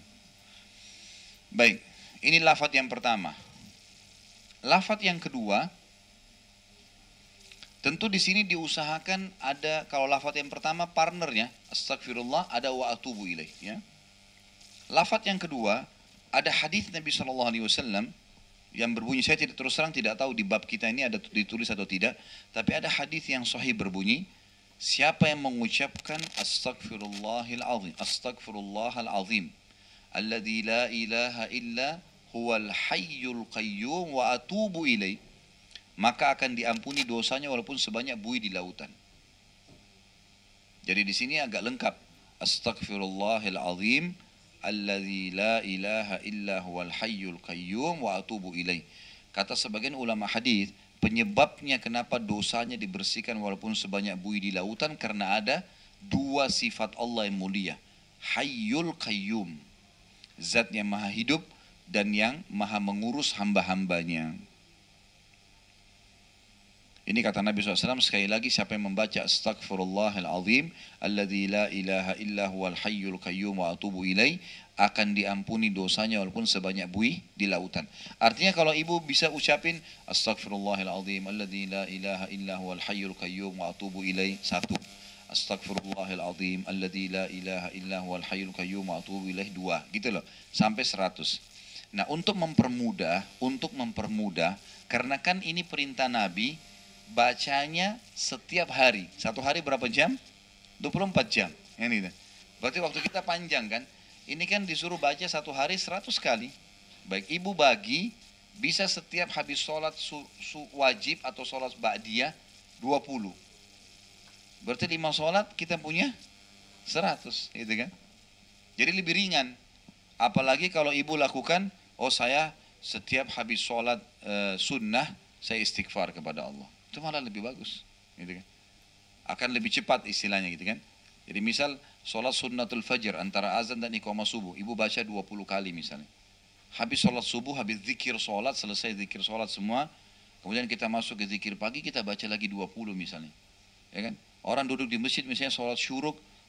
Baik, ini lafaz yang pertama. Lafaz yang kedua, tentu di sini diusahakan ada, kalau lafaz yang pertama partnernya astagfirullah, ada wa atubu ilaih. Ya. Lafaz yang kedua, ada hadis Nabi shallallahu alaihi wasallam yang berbunyi, saya tidak terus terang tidak tahu di bab kita ini ada ditulis atau tidak, tapi ada hadis yang sahih berbunyi, siapa yang mengucapkan astaghfirullahil azim, astaghfirullahal azim, alladzi la ilaha illa huwal hayyul qayyum wa atubu ilaih, maka akan diampuni dosanya walaupun sebanyak buih di lautan. Jadi di sini agak lengkap, astaghfirullahil azim, alladzi la ilaha illa huwal hayyul qayyum wa atubu ilaih. Kata sebagian ulama hadis, penyebabnya kenapa dosanya dibersihkan walaupun sebanyak buih di lautan karena ada dua sifat Allah yang mulia. Hayyul qayyum, zat yang maha hidup dan yang maha mengurus hamba-hambanya. Ini kata Nabi shallallahu alaihi wasallam, sekali lagi siapa yang membaca astaghfirullahal azim alladzi la ilaha illa huwal hayyul qayyum wa atubu ilaih, akan diampuni dosanya walaupun sebanyak buih di lautan. Artinya kalau ibu bisa ucapin astaghfirullahal azim alladzi la ilaha illa huwal hayyul qayyum wa atubu ilaih, satu. Astaghfirullahal azim alladzi la ilaha illa huwal hayyul qayyum wa atubu ilaih, dua. Gitu loh, sampai seratus. Nah, untuk mempermudah, untuk mempermudah, karena kan ini perintah Nabi, bacanya setiap hari. Satu hari berapa jam? dua puluh empat jam. Ini. Berarti waktu kita panjang kan? Ini kan disuruh baca satu hari seratus kali. Baik, ibu bagi, bisa setiap habis sholat su, su, wajib atau sholat ba'diyah dua puluh. Berarti lima sholat kita punya seratus. Gitu kan? Jadi lebih ringan. Apalagi kalau ibu lakukan, oh saya setiap habis sholat e, sunnah, saya istighfar kepada Allah. Itu malah lebih bagus, gitu kan? Akan lebih cepat istilahnya, gitu kan? Jadi misal sholat sunnatul fajr antara azan dan iqamah subuh, ibu baca dua puluh kali misalnya. Habis sholat subuh, habis zikir sholat, selesai zikir sholat semua, kemudian kita masuk ke zikir pagi, kita baca lagi dua puluh misalnya, ya kan? Orang duduk di masjid misalnya sholat syuruk,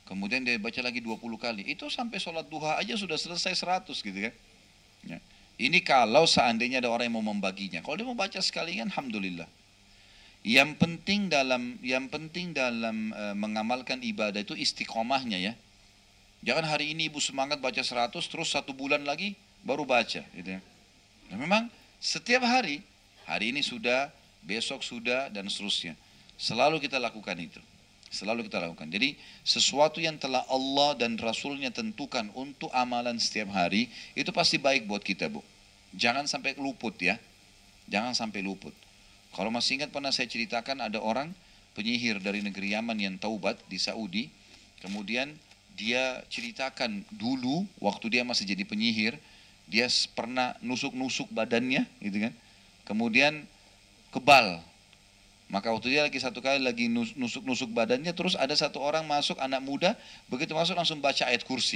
kemudian dia baca lagi dua puluh kali. Itu sampai sholat duha aja sudah selesai seratus gitu kan. Ya. Ini kalau seandainya ada orang yang mau membaginya. Kalau dia mau baca sekalian, alhamdulillah. Yang penting dalam yang penting dalam e, mengamalkan ibadah itu istiqomahnya ya. Jangan hari ini ibu semangat baca seratus terus satu bulan lagi baru baca gitu ya. Nah, memang setiap hari, hari ini sudah, besok sudah dan seterusnya. Selalu kita lakukan itu. Selalu kita lakukan. Jadi sesuatu yang telah Allah dan Rasulnya tentukan untuk amalan setiap hari itu pasti baik buat kita, Bu. Jangan sampai luput ya. Jangan sampai luput. Kalau masih ingat pernah saya ceritakan ada orang penyihir dari negeri Yaman yang taubat di Saudi. Kemudian dia ceritakan dulu waktu dia masih jadi penyihir, dia pernah nusuk-nusuk badannya gitu kan. Kemudian kebal. Maka waktu dia lagi satu kali lagi nusuk-nusuk badannya, terus ada satu orang masuk, anak muda, begitu masuk langsung baca ayat kursi.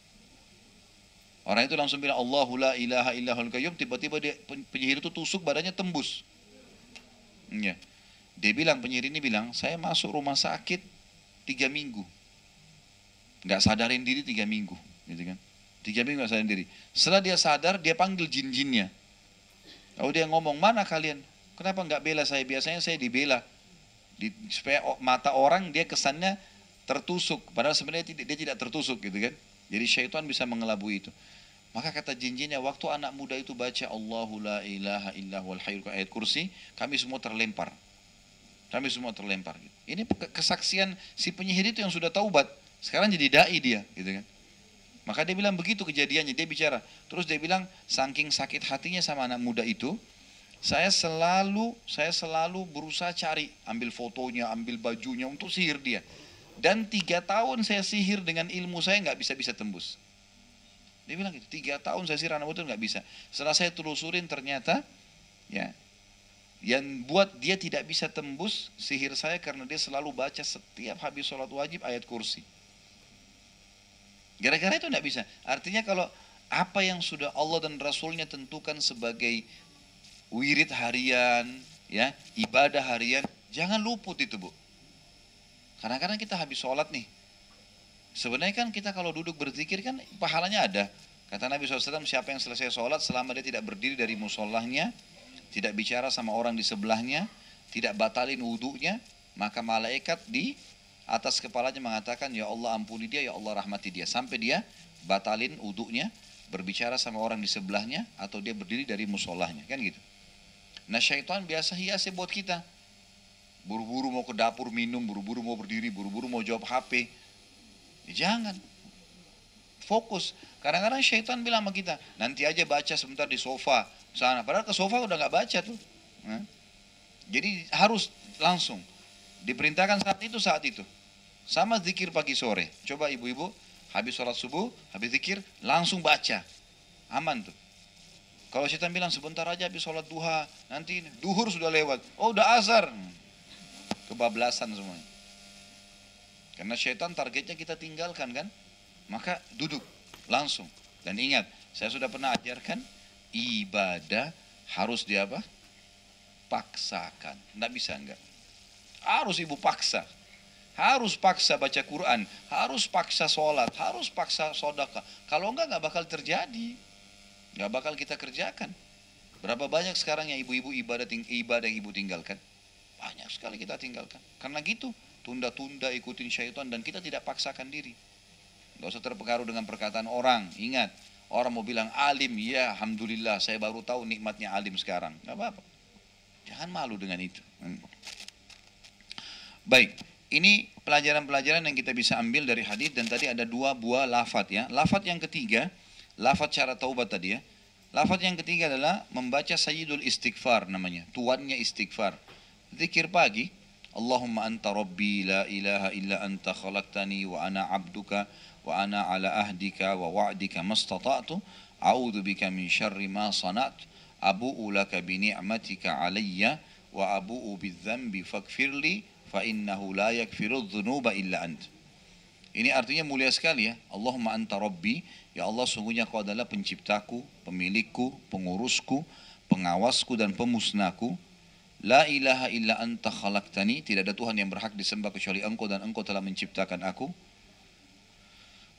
Orang itu langsung bilang Allahu la ilaha illahul qayyum, tiba-tiba dia, penyihir itu tusuk badannya tembus. Ya. Dia bilang, penyihir ini bilang, saya masuk rumah sakit tiga minggu. Nggak sadarin diri tiga minggu. Gitu kan. Tiga minggu nggak sadarin diri. Setelah dia sadar, dia panggil jin-jinnya. Lalu dia ngomong, mana kalian? Kenapa nggak bela saya? Biasanya saya dibela. Di, supaya mata orang dia kesannya tertusuk. Padahal sebenarnya dia tidak tertusuk gitu kan. Jadi syaitan bisa mengelabui itu. Maka kata jin-jinnya, waktu anak muda itu baca Allahu la ilaha illahul hayyul qayyum ayat kursi, kami semua terlempar. Kami semua terlempar. Ini kesaksian si penyihir itu yang sudah taubat. Sekarang jadi dai dia, gitu kan. Maka dia bilang begitu kejadiannya, dia bicara. Terus dia bilang, saking sakit hatinya sama anak muda itu, saya selalu saya selalu berusaha cari, ambil fotonya, ambil bajunya untuk sihir dia. Dan tiga tahun saya sihir dengan ilmu saya nggak bisa-bisa tembus. Dia bilang gitu, tiga tahun saya sihir anak muda nggak bisa. Setelah saya telusurin ternyata, ya, yang buat dia tidak bisa tembus sihir saya karena dia selalu baca setiap habis sholat wajib ayat kursi. Gara-gara itu nggak bisa. Artinya kalau apa yang sudah Allah dan Rasulnya tentukan sebagai wirid harian, ya, ibadah harian, jangan luput itu, Bu. Kadang-kadang kita habis sholat nih. Sebenarnya kan kita kalau duduk berzikir kan pahalanya ada. Kata Nabi shallallahu alaihi wasallam, siapa yang selesai sholat selama dia tidak berdiri dari musallahnya, tidak bicara sama orang di sebelahnya, tidak batalin wudunya, maka malaikat di atas kepalanya mengatakan, ya Allah ampuni dia, ya Allah rahmati dia. Sampai dia batalin wudunya, berbicara sama orang di sebelahnya, atau dia berdiri dari musallahnya, kan gitu. Nah syaitan biasa hiasi buat kita. Buru-buru mau ke dapur minum, buru-buru mau berdiri, buru-buru mau jawab H P. Ya, jangan. Fokus. Kadang-kadang syaitan bilang sama kita, nanti aja baca sebentar di sofa sana. Padahal ke sofa udah nggak baca tuh. Nah, jadi harus langsung. Diperintahkan saat itu, saat itu. Sama zikir pagi sore. Coba ibu-ibu, habis sholat subuh, habis zikir, langsung baca. Aman tuh. Kalau syaitan bilang sebentar aja habis sholat duha, nanti duhur sudah lewat. Oh udah azhar. Kebablasan semuanya. Karena syaitan targetnya kita tinggalkan kan. Maka duduk langsung. Dan ingat, saya sudah pernah ajarkan, ibadah harus di apa? Paksakan. Nggak bisa enggak. Harus ibu paksa. Harus paksa baca Quran. Harus paksa sholat. Harus paksa sodakah. Kalau enggak nggak bakal terjadi. Nggak bakal kita kerjakan. Berapa banyak sekarang yang ibu-ibu ibadah, ibadah yang ibu tinggalkan? Banyak sekali kita tinggalkan. Karena gitu, tunda-tunda ikutin syaitan dan kita tidak paksakan diri. Gak usah terpengaruh dengan perkataan orang. Ingat, orang mau bilang alim, ya alhamdulillah saya baru tahu nikmatnya alim sekarang. Gak apa-apa. Jangan malu dengan itu. Baik, ini pelajaran-pelajaran yang kita bisa ambil dari hadis dan tadi ada dua buah lafaz ya. Lafaz yang ketiga, lafaz cara taubat tadi ya. Lafaz yang ketiga adalah membaca sayyidul istighfar namanya, tuannya istighfar. Zikir pagi, Allahumma anta rabbi la ilaha illa anta khalaqtani wa ana abduka wa ana ala ahdika wa wa'dika mastata'tu a'udzu bika min syarri ma sana'tu abu'u laka bi ni'matika alayya wa abu'u bidzambi faghfirli fa innahu la yaghfirudz dzunuba illa ant. Ini artinya mulia sekali ya. Allahumma anta rabbi, ya Allah sungguhnya kau adalah penciptaku, pemilikku, pengurusku, pengawasku dan pemusnahku. La ilaha illa anta khalaqtani, tidak ada Tuhan yang berhak disembah kecuali engkau dan engkau telah menciptakan aku.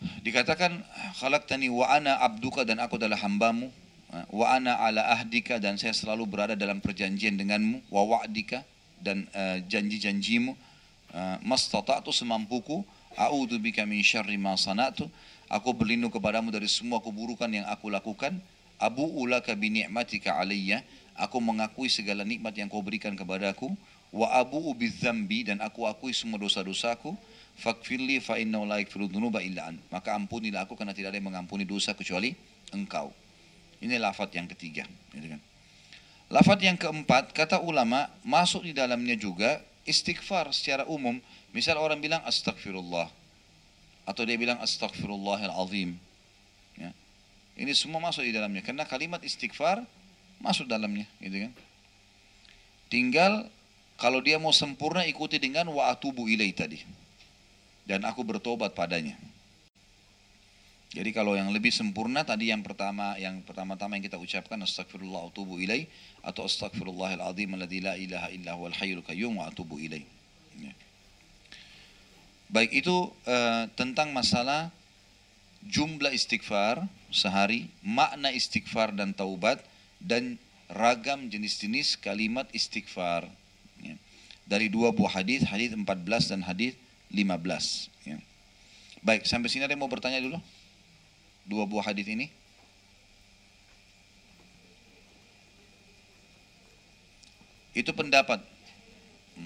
Dikatakan khalaqtani wa ana abduka, dan aku adalah hambamu, wa ana ala ahdika, dan saya selalu berada dalam perjanjian denganmu, wa wa'dika, dan uh, janji-janjimu, uh, mastata'tu, semampuku, a'udzu bika min syarri ma sana'tu, aku berlindung kepadamu dari semua keburukan yang aku lakukan, abu'u laka bi ni'matika alayya, aku mengakui segala nikmat yang kau berikan kepadaku, wa abu'u bidzambi, dan aku akui semua dosa-dosaku, fakfirli fa innahu la yaghfiru dzunuba illa ant, maka ampunilah aku karena tidak ada yang mengampuni dosa kecuali engkau. Ini lafaz yang ketiga, gitu kan. Lafaz yang keempat, kata ulama, masuk di dalamnya juga istighfar secara umum. Misal orang bilang astagfirullah, atau dia bilang astagfirullahal azim, ya. Ini semua masuk di dalamnya karena kalimat istighfar masuk dalamnya, gitu kan. Tinggal kalau dia mau sempurna ikuti dengan wa atubu ilai tadi, dan aku bertobat padanya. Jadi kalau yang lebih sempurna tadi yang pertama, yang pertama-tama yang kita ucapkan astagfirullah wa atubu ilai, atau astagfirullahal azim alladzi la ilaha illa huwal hayyul qayyum wa atubu ilai. Ya. Baik, itu uh, tentang masalah jumlah istighfar sehari, makna istighfar dan taubat, dan ragam jenis-jenis kalimat istighfar. Ya. Dari dua buah hadis, hadis empat belas dan hadis lima belas. Ya. Baik, sampai sini ada yang mau bertanya dulu? Dua buah hadis ini. Itu pendapat. Hmm.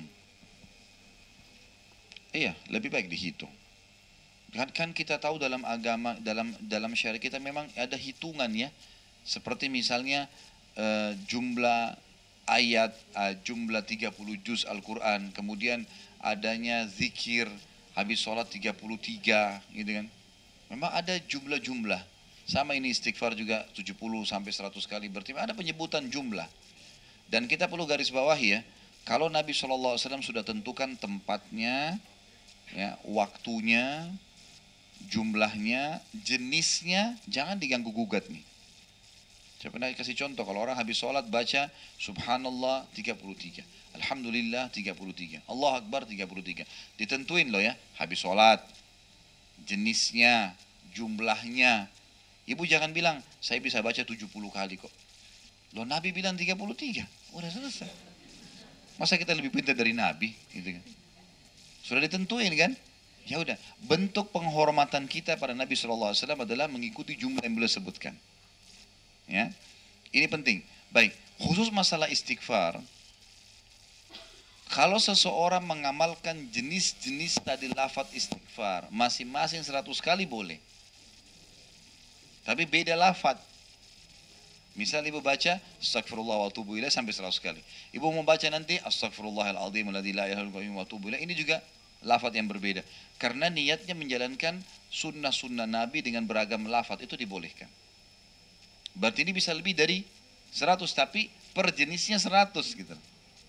Iya, lebih baik dihitung. Kan, kan kita tahu dalam agama, dalam dalam syariat kita memang ada hitungan ya. Seperti misalnya uh, jumlah ayat, uh, jumlah tiga puluh juz Al-Quran, kemudian adanya zikir habis sholat tiga puluh tiga, gitu kan. Memang ada jumlah-jumlah. Sama ini istighfar juga tujuh puluh sampai seratus kali, berarti ada penyebutan jumlah. Dan kita perlu garis bawahi ya, kalau Nabi shallallahu alaihi wasallam sudah tentukan tempatnya, ya, waktunya, jumlahnya, jenisnya, jangan diganggu gugat nih. Saya pernah kasih contoh, kalau orang habis sholat baca subhanallah tiga puluh tiga, alhamdulillah tiga puluh tiga, Allah akbar tiga puluh tiga. Ditentuin loh ya, habis sholat, jenisnya, jumlahnya. Ibu jangan bilang, saya bisa baca tujuh puluh kali kok. Loh Nabi bilang tiga puluh tiga, udah selesai. Masa kita lebih pintar dari Nabi? Gitu kan. Sudah ditentuin kan? Ya udah, bentuk penghormatan kita pada Nabi shallallahu alaihi wasallam adalah mengikuti jumlah yang beliau sebutkan. Ya, ini penting. Baik, khusus masalah istighfar, kalau seseorang mengamalkan jenis-jenis tadi lafaz istighfar, masing-masing seratus kali boleh. Tapi beda lafaz. Misal ibu baca astagfirullah wa atubu ilaih sampai seratus kali. Ibu mau baca nanti astagfirullahal azim alladzi la ilaha illa huwa wa atubu ilaih. Ini juga lafaz yang berbeda. Karena niatnya menjalankan sunnah-sunnah Nabi dengan beragam lafaz, itu dibolehkan. Berarti ini bisa lebih dari seratus, tapi per jenisnya seratus gitu.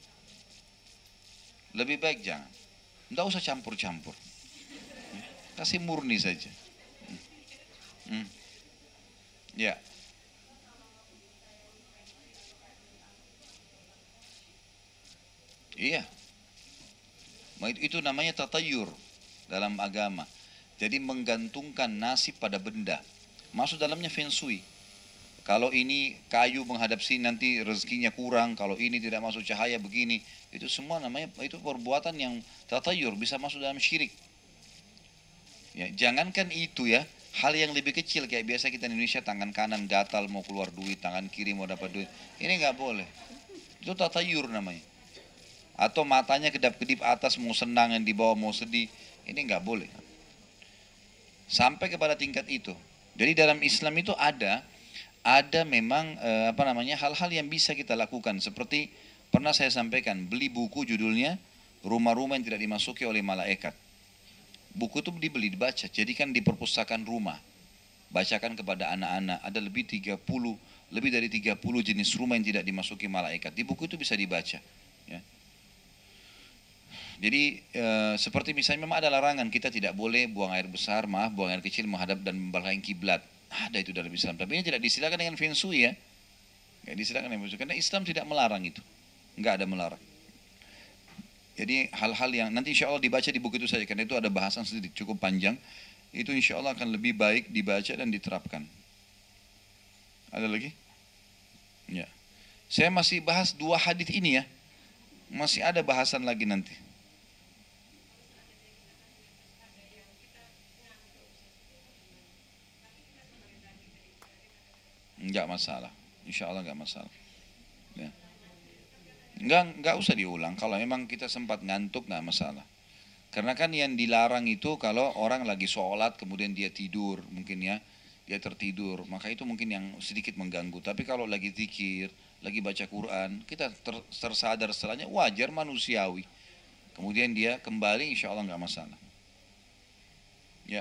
Lebih baik jangan. Tidak usah campur-campur. Kasih murni saja. Hmm. Ya. Iya. Itu namanya tatayur dalam agama. Jadi menggantungkan nasib pada benda. Masuk dalamnya feng shui. Kalau ini kayu menghadap sini nanti rezekinya kurang, kalau ini tidak masuk cahaya begini. Itu semua namanya, itu perbuatan yang tatayur, bisa masuk dalam syirik. Ya, jangankan itu ya, hal yang lebih kecil kayak biasa kita di Indonesia, tangan kanan gatal mau keluar duit, tangan kiri mau dapat duit. Ini nggak boleh. Itu tatayur namanya. Atau matanya kedap-kedip atas mau senang, yang di bawah mau sedih. Ini nggak boleh. Sampai kepada tingkat itu. Jadi dalam Islam itu ada ada memang eh, apa namanya hal-hal yang bisa kita lakukan. Seperti pernah saya sampaikan, beli buku judulnya Rumah-rumah yang tidak dimasuki oleh malaikat. Buku itu dibeli, dibaca, jadikan di perpustakaan rumah. Bacakan kepada anak-anak, ada lebih tiga puluh, lebih dari tiga puluh jenis rumah yang tidak dimasuki malaikat. Di buku itu bisa dibaca. Ya. Jadi e, seperti misalnya memang ada larangan, kita tidak boleh buang air besar, maaf, buang air kecil menghadap dan membelakangi kiblat. Ada itu dalam Islam, tapi ini tidak disilakan dengan feng shui ya. Tidak disilakan dengan feng shui, karena Islam tidak melarang itu. Enggak ada melarang. Jadi hal-hal yang nanti insya Allah dibaca di buku itu saja, karena itu ada bahasan sedikit cukup panjang. itu insya Allah akan lebih baik dibaca dan diterapkan. Ada lagi? Ya. Saya masih bahas dua hadis ini ya. Masih ada bahasan lagi nanti. Enggak masalah. Insya Allah enggak masalah. Ya. Enggak, enggak usah diulang. Kalau memang kita sempat ngantuk enggak masalah. Karena kan yang dilarang itu kalau orang lagi sholat kemudian dia tidur mungkin ya. Dia tertidur. Maka itu mungkin yang sedikit mengganggu. Tapi kalau lagi zikir, lagi baca Quran, kita ter, tersadar setelahnya wajar manusiawi. Kemudian dia kembali insya Allah enggak masalah. Ya.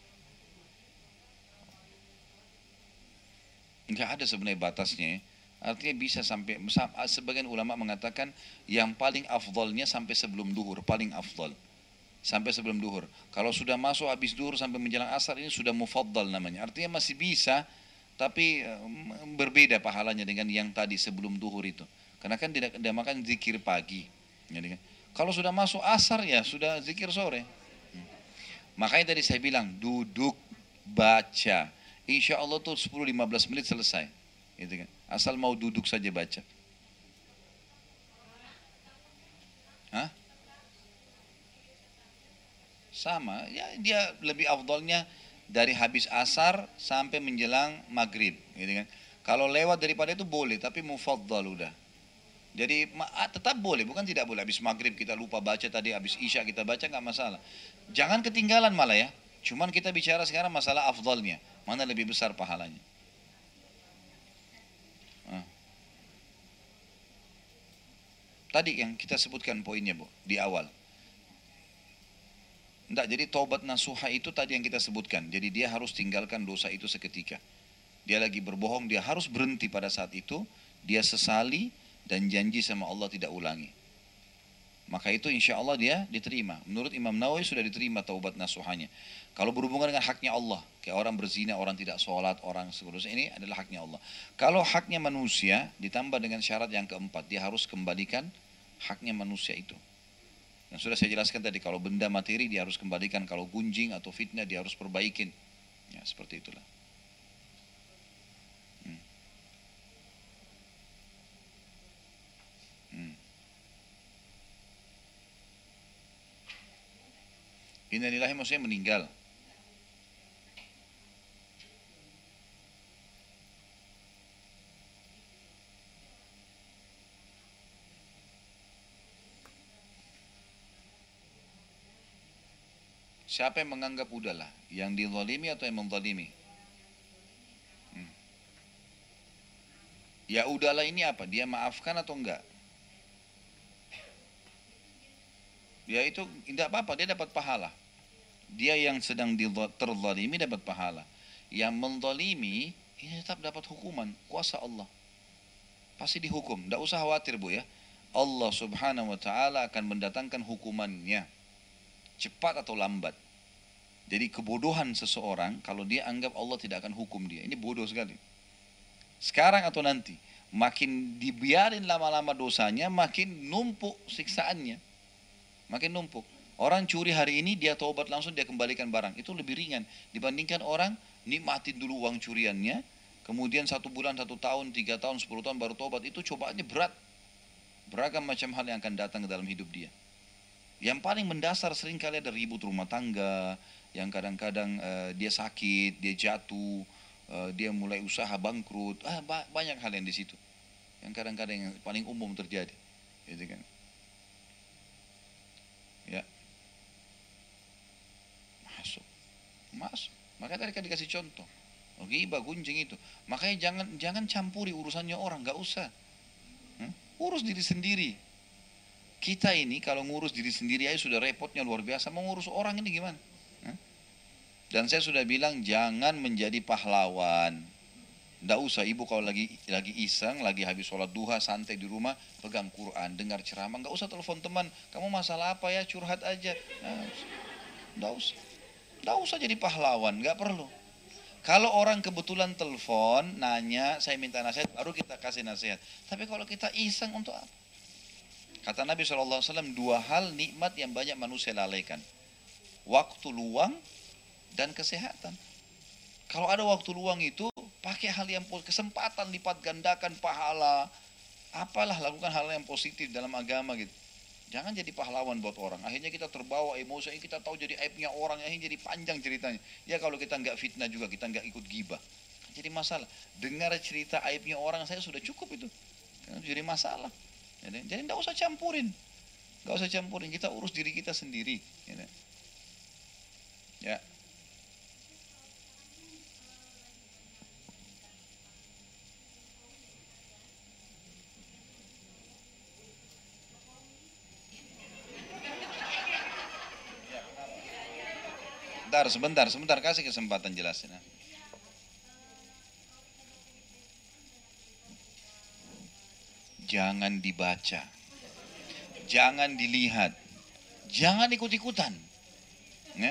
Enggak ada sebenarnya batasnya ya. Artinya bisa sampai, sebagian ulama mengatakan yang paling afdolnya sampai sebelum duhur, paling afdol. Sampai sebelum duhur. Kalau sudah masuk habis duhur sampai menjelang asar ini sudah mufaddal namanya. Artinya masih bisa, tapi berbeda pahalanya dengan yang tadi sebelum duhur itu. Karena kan tidak dinamakan zikir pagi. Jadi, kalau sudah masuk asar ya sudah zikir sore. Makanya tadi saya bilang duduk baca. Insya Allah tuh sepuluh sampai lima belas menit selesai. Gitu kan. Asal mau duduk saja baca. Hah? Sama, ya dia lebih afdolnya dari habis asar sampai menjelang maghrib. Gitu kan. Kalau lewat daripada itu boleh, tapi mufaddal udah. Jadi tetap boleh, bukan tidak boleh. Habis maghrib kita lupa baca tadi, habis isya kita baca nggak masalah. Jangan ketinggalan malah ya. Cuman kita bicara sekarang masalah afdalnya. Mana lebih besar pahalanya? Nah. Tadi yang kita sebutkan poinnya Bu, di awal. Enggak, jadi taubat nasuha itu tadi yang kita sebutkan. Jadi dia harus tinggalkan dosa itu seketika. Dia lagi berbohong, dia harus berhenti pada saat itu. Dia sesali dan janji sama Allah tidak ulangi. Maka itu insya Allah dia diterima. Menurut Imam Nawawi sudah diterima taubat nasuhanya. Kalau berhubungan dengan haknya Allah, kayak orang berzina, orang tidak sholat, orang seterusnya, ini adalah haknya Allah. Kalau haknya manusia, ditambah dengan syarat yang keempat, dia harus kembalikan haknya manusia itu. Yang sudah saya jelaskan tadi, kalau benda materi dia harus kembalikan, kalau gunjing atau fitnah dia harus perbaikin. Ya seperti itulah. Hmm. Hmm. Innalillahi maksudnya meninggal. Siapa yang menganggap udahlah? Yang dizalimi atau yang menzalimi? Hmm. Ya udahlah ini apa? Dia maafkan atau enggak? Ya itu tidak apa-apa, dia dapat pahala. Dia yang sedang terzalimi dapat pahala. Yang menzalimi ini tetap dapat hukuman, kuasa Allah. Pasti dihukum, tidak usah khawatir Bu ya. Allah subhanahu wa ta'ala akan mendatangkan hukumannya. Cepat atau lambat. Jadi kebodohan seseorang kalau dia anggap Allah tidak akan hukum dia. Ini bodoh sekali. Sekarang atau nanti. Makin dibiarin lama-lama dosanya, makin numpuk siksaannya. Makin numpuk. Orang curi hari ini, dia taubat langsung, dia kembalikan barang. Itu lebih ringan. Dibandingkan orang nikmatin dulu uang curiannya. Kemudian satu bulan, satu tahun, tiga tahun, sepuluh tahun baru taubat. Itu cobaannya berat. Beragam macam hal yang akan datang ke dalam hidup dia. Yang paling mendasar seringkali ada ribut rumah tangga, yang kadang-kadang uh, dia sakit, dia jatuh, uh, dia mulai usaha bangkrut, ah, ba- banyak hal yang di situ. Yang kadang-kadang yang paling umum terjadi, gitu kan? Ya, masuk, masuk. Makanya tadi kan dikasih contoh, ghibah, gunjing itu. Makanya jangan jangan campuri urusannya orang, nggak usah. Hmm? Urus diri sendiri. Kita ini kalau ngurus diri sendiri aja sudah repotnya luar biasa, mau ngurus orang ini gimana? Dan saya sudah bilang jangan menjadi pahlawan. Tidak usah ibu kalau lagi lagi iseng, lagi habis sholat duha, santai di rumah, pegang Quran, dengar ceramah. Nggak usah telepon teman, kamu masalah apa ya, curhat aja. Tidak usah. Tidak usah jadi pahlawan, nggak perlu. Kalau orang kebetulan telepon, nanya, saya minta nasihat, baru kita kasih nasihat. Tapi kalau kita iseng untuk apa? Kata Nabi shallallahu alaihi wasallam, dua hal nikmat yang banyak manusia lalaikan. Waktu luang dan kesehatan. Kalau ada waktu luang itu, pakai hal yang kesempatan lipat gandakan pahala. Apalah, lakukan hal yang positif dalam agama gitu. Jangan jadi pahlawan buat orang. Akhirnya kita terbawa emosi, kita tahu jadi aibnya orang, akhirnya jadi panjang ceritanya. Ya kalau kita nggak fitnah juga, kita nggak ikut gibah. Jadi masalah. Dengar cerita aibnya orang saya sudah cukup itu. Jadi masalah. Jadi jadi nggak usah campurin, nggak usah campurin. Kita urus diri kita sendiri. Ya. Bentar, sebentar, sebentar, kasih kesempatan jelasin. Jangan dibaca, jangan dilihat, jangan ikut-ikutan. Ya?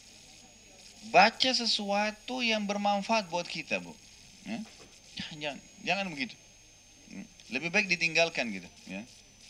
Baca sesuatu yang bermanfaat buat kita, Bu. Ya? Jangan, jangan, jangan begitu. Lebih baik ditinggalkan gitu. Ya.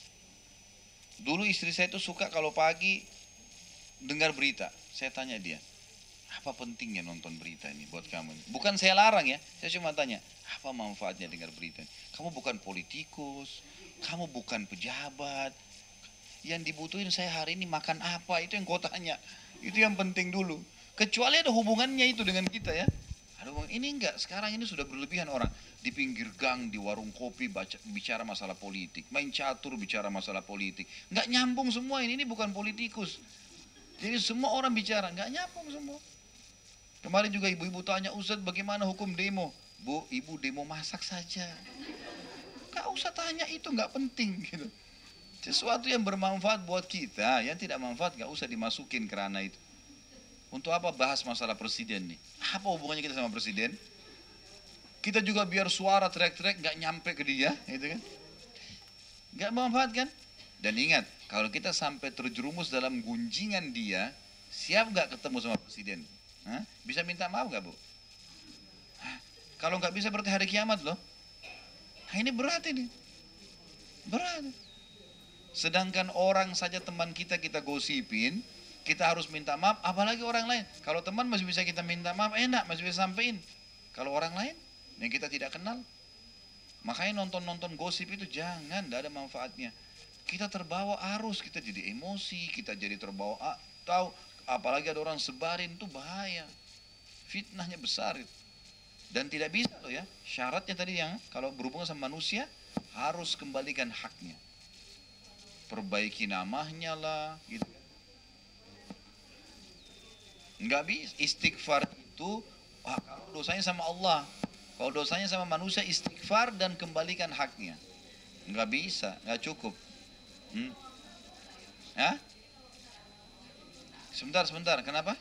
Dulu istri saya itu suka kalau pagi dengar berita. Saya tanya dia, apa pentingnya nonton berita ini buat kamu? Bukan saya larang ya, saya cuma tanya, apa manfaatnya dengar berita ini? Kamu bukan politikus, kamu bukan pejabat. Yang dibutuhin saya hari ini makan apa, itu yang kau tanya. Itu yang penting dulu. Kecuali ada hubungannya itu dengan kita ya. Ada hubungan. Ini enggak, sekarang ini sudah berlebihan orang. Di pinggir gang, di warung kopi baca, bicara masalah politik. Main catur bicara masalah politik. Enggak nyambung semua ini, ini bukan politikus. Jadi semua orang bicara, enggak nyambung semua. Kemarin juga ibu-ibu tanya, Ustaz bagaimana hukum demo? Bu, ibu demo masak saja. Enggak usah tanya itu, enggak penting gitu. Sesuatu yang bermanfaat buat kita, yang tidak manfaat enggak usah dimasukin ke ranah itu. Untuk apa bahas masalah presiden nih? Apa hubungannya kita sama presiden? Kita juga biar suara teriak-teriak enggak nyampe ke dia, gitu kan? Enggak manfaat kan? Dan ingat, kalau kita sampai terjerumus dalam gunjingan dia, siap enggak ketemu sama presiden? Hah? Bisa minta maaf enggak, Bu? Hah? Kalau enggak bisa berarti hari kiamat loh. Nah, ini berat ini. Berat. Sedangkan orang saja teman kita kita gosipin, kita harus minta maaf, apalagi orang lain. Kalau teman masih bisa kita minta maaf, enak, masih bisa sampein. Kalau orang lain yang kita tidak kenal, makanya nonton-nonton gosip itu jangan, tidak ada manfaatnya. Kita terbawa arus, kita jadi emosi, kita jadi terbawa, ah, tahu, apalagi ada orang sebarin, itu bahaya. Fitnahnya besar itu. Dan tidak bisa loh ya, syaratnya tadi yang kalau berhubungan sama manusia, harus kembalikan haknya. Perbaiki namanya lah, gitu. Enggak bisa, istighfar itu, wah, kalau dosanya sama Allah, kalau dosanya sama manusia, istighfar dan kembalikan haknya. Enggak bisa, enggak cukup. Hmm? Ya? Sebentar, sebentar, kenapa?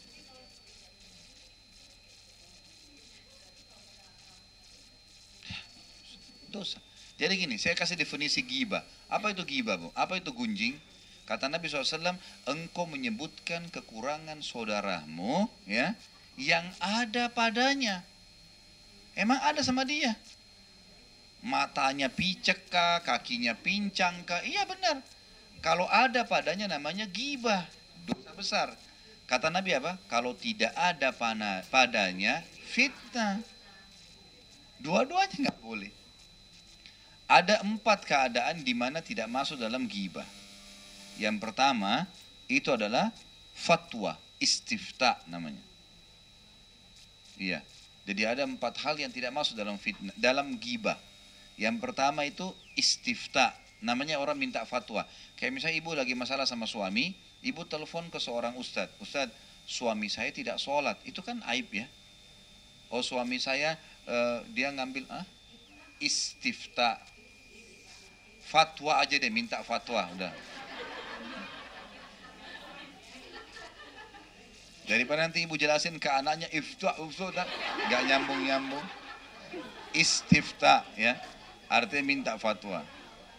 Dosa. Jadi gini, saya kasih definisi ghibah. Apa itu ghibah, Bu? Apa itu gunjing? Kata Nabi shallallahu alaihi wasallam, engkau menyebutkan kekurangan saudaramu, ya, yang ada padanya. Emang ada sama dia? Matanya picek kah, kakinya pincang kah? Iya benar. Kalau ada padanya namanya ghibah, dosa besar. Kata Nabi apa? Kalau tidak ada padanya, fitnah. Dua-duanya nggak boleh. Ada empat keadaan di mana tidak masuk dalam ghibah. Yang pertama, itu adalah fatwa, istifta namanya. Iya. Jadi ada empat hal yang tidak masuk dalam fitnah, dalam ghibah. Yang pertama itu istifta, namanya orang minta fatwa. Kayak misalnya ibu lagi masalah sama suami, ibu telepon ke seorang ustadz, ustadz, suami saya tidak sholat, itu kan aib ya. Oh suami saya uh, dia ngambil ah, istifta, fatwa aja deh, minta fatwa udah. Daripada nanti ibu jelasin ke anaknya ifta, ifta, nggak nyambung-nyambung. Istifta ya, artinya minta fatwa.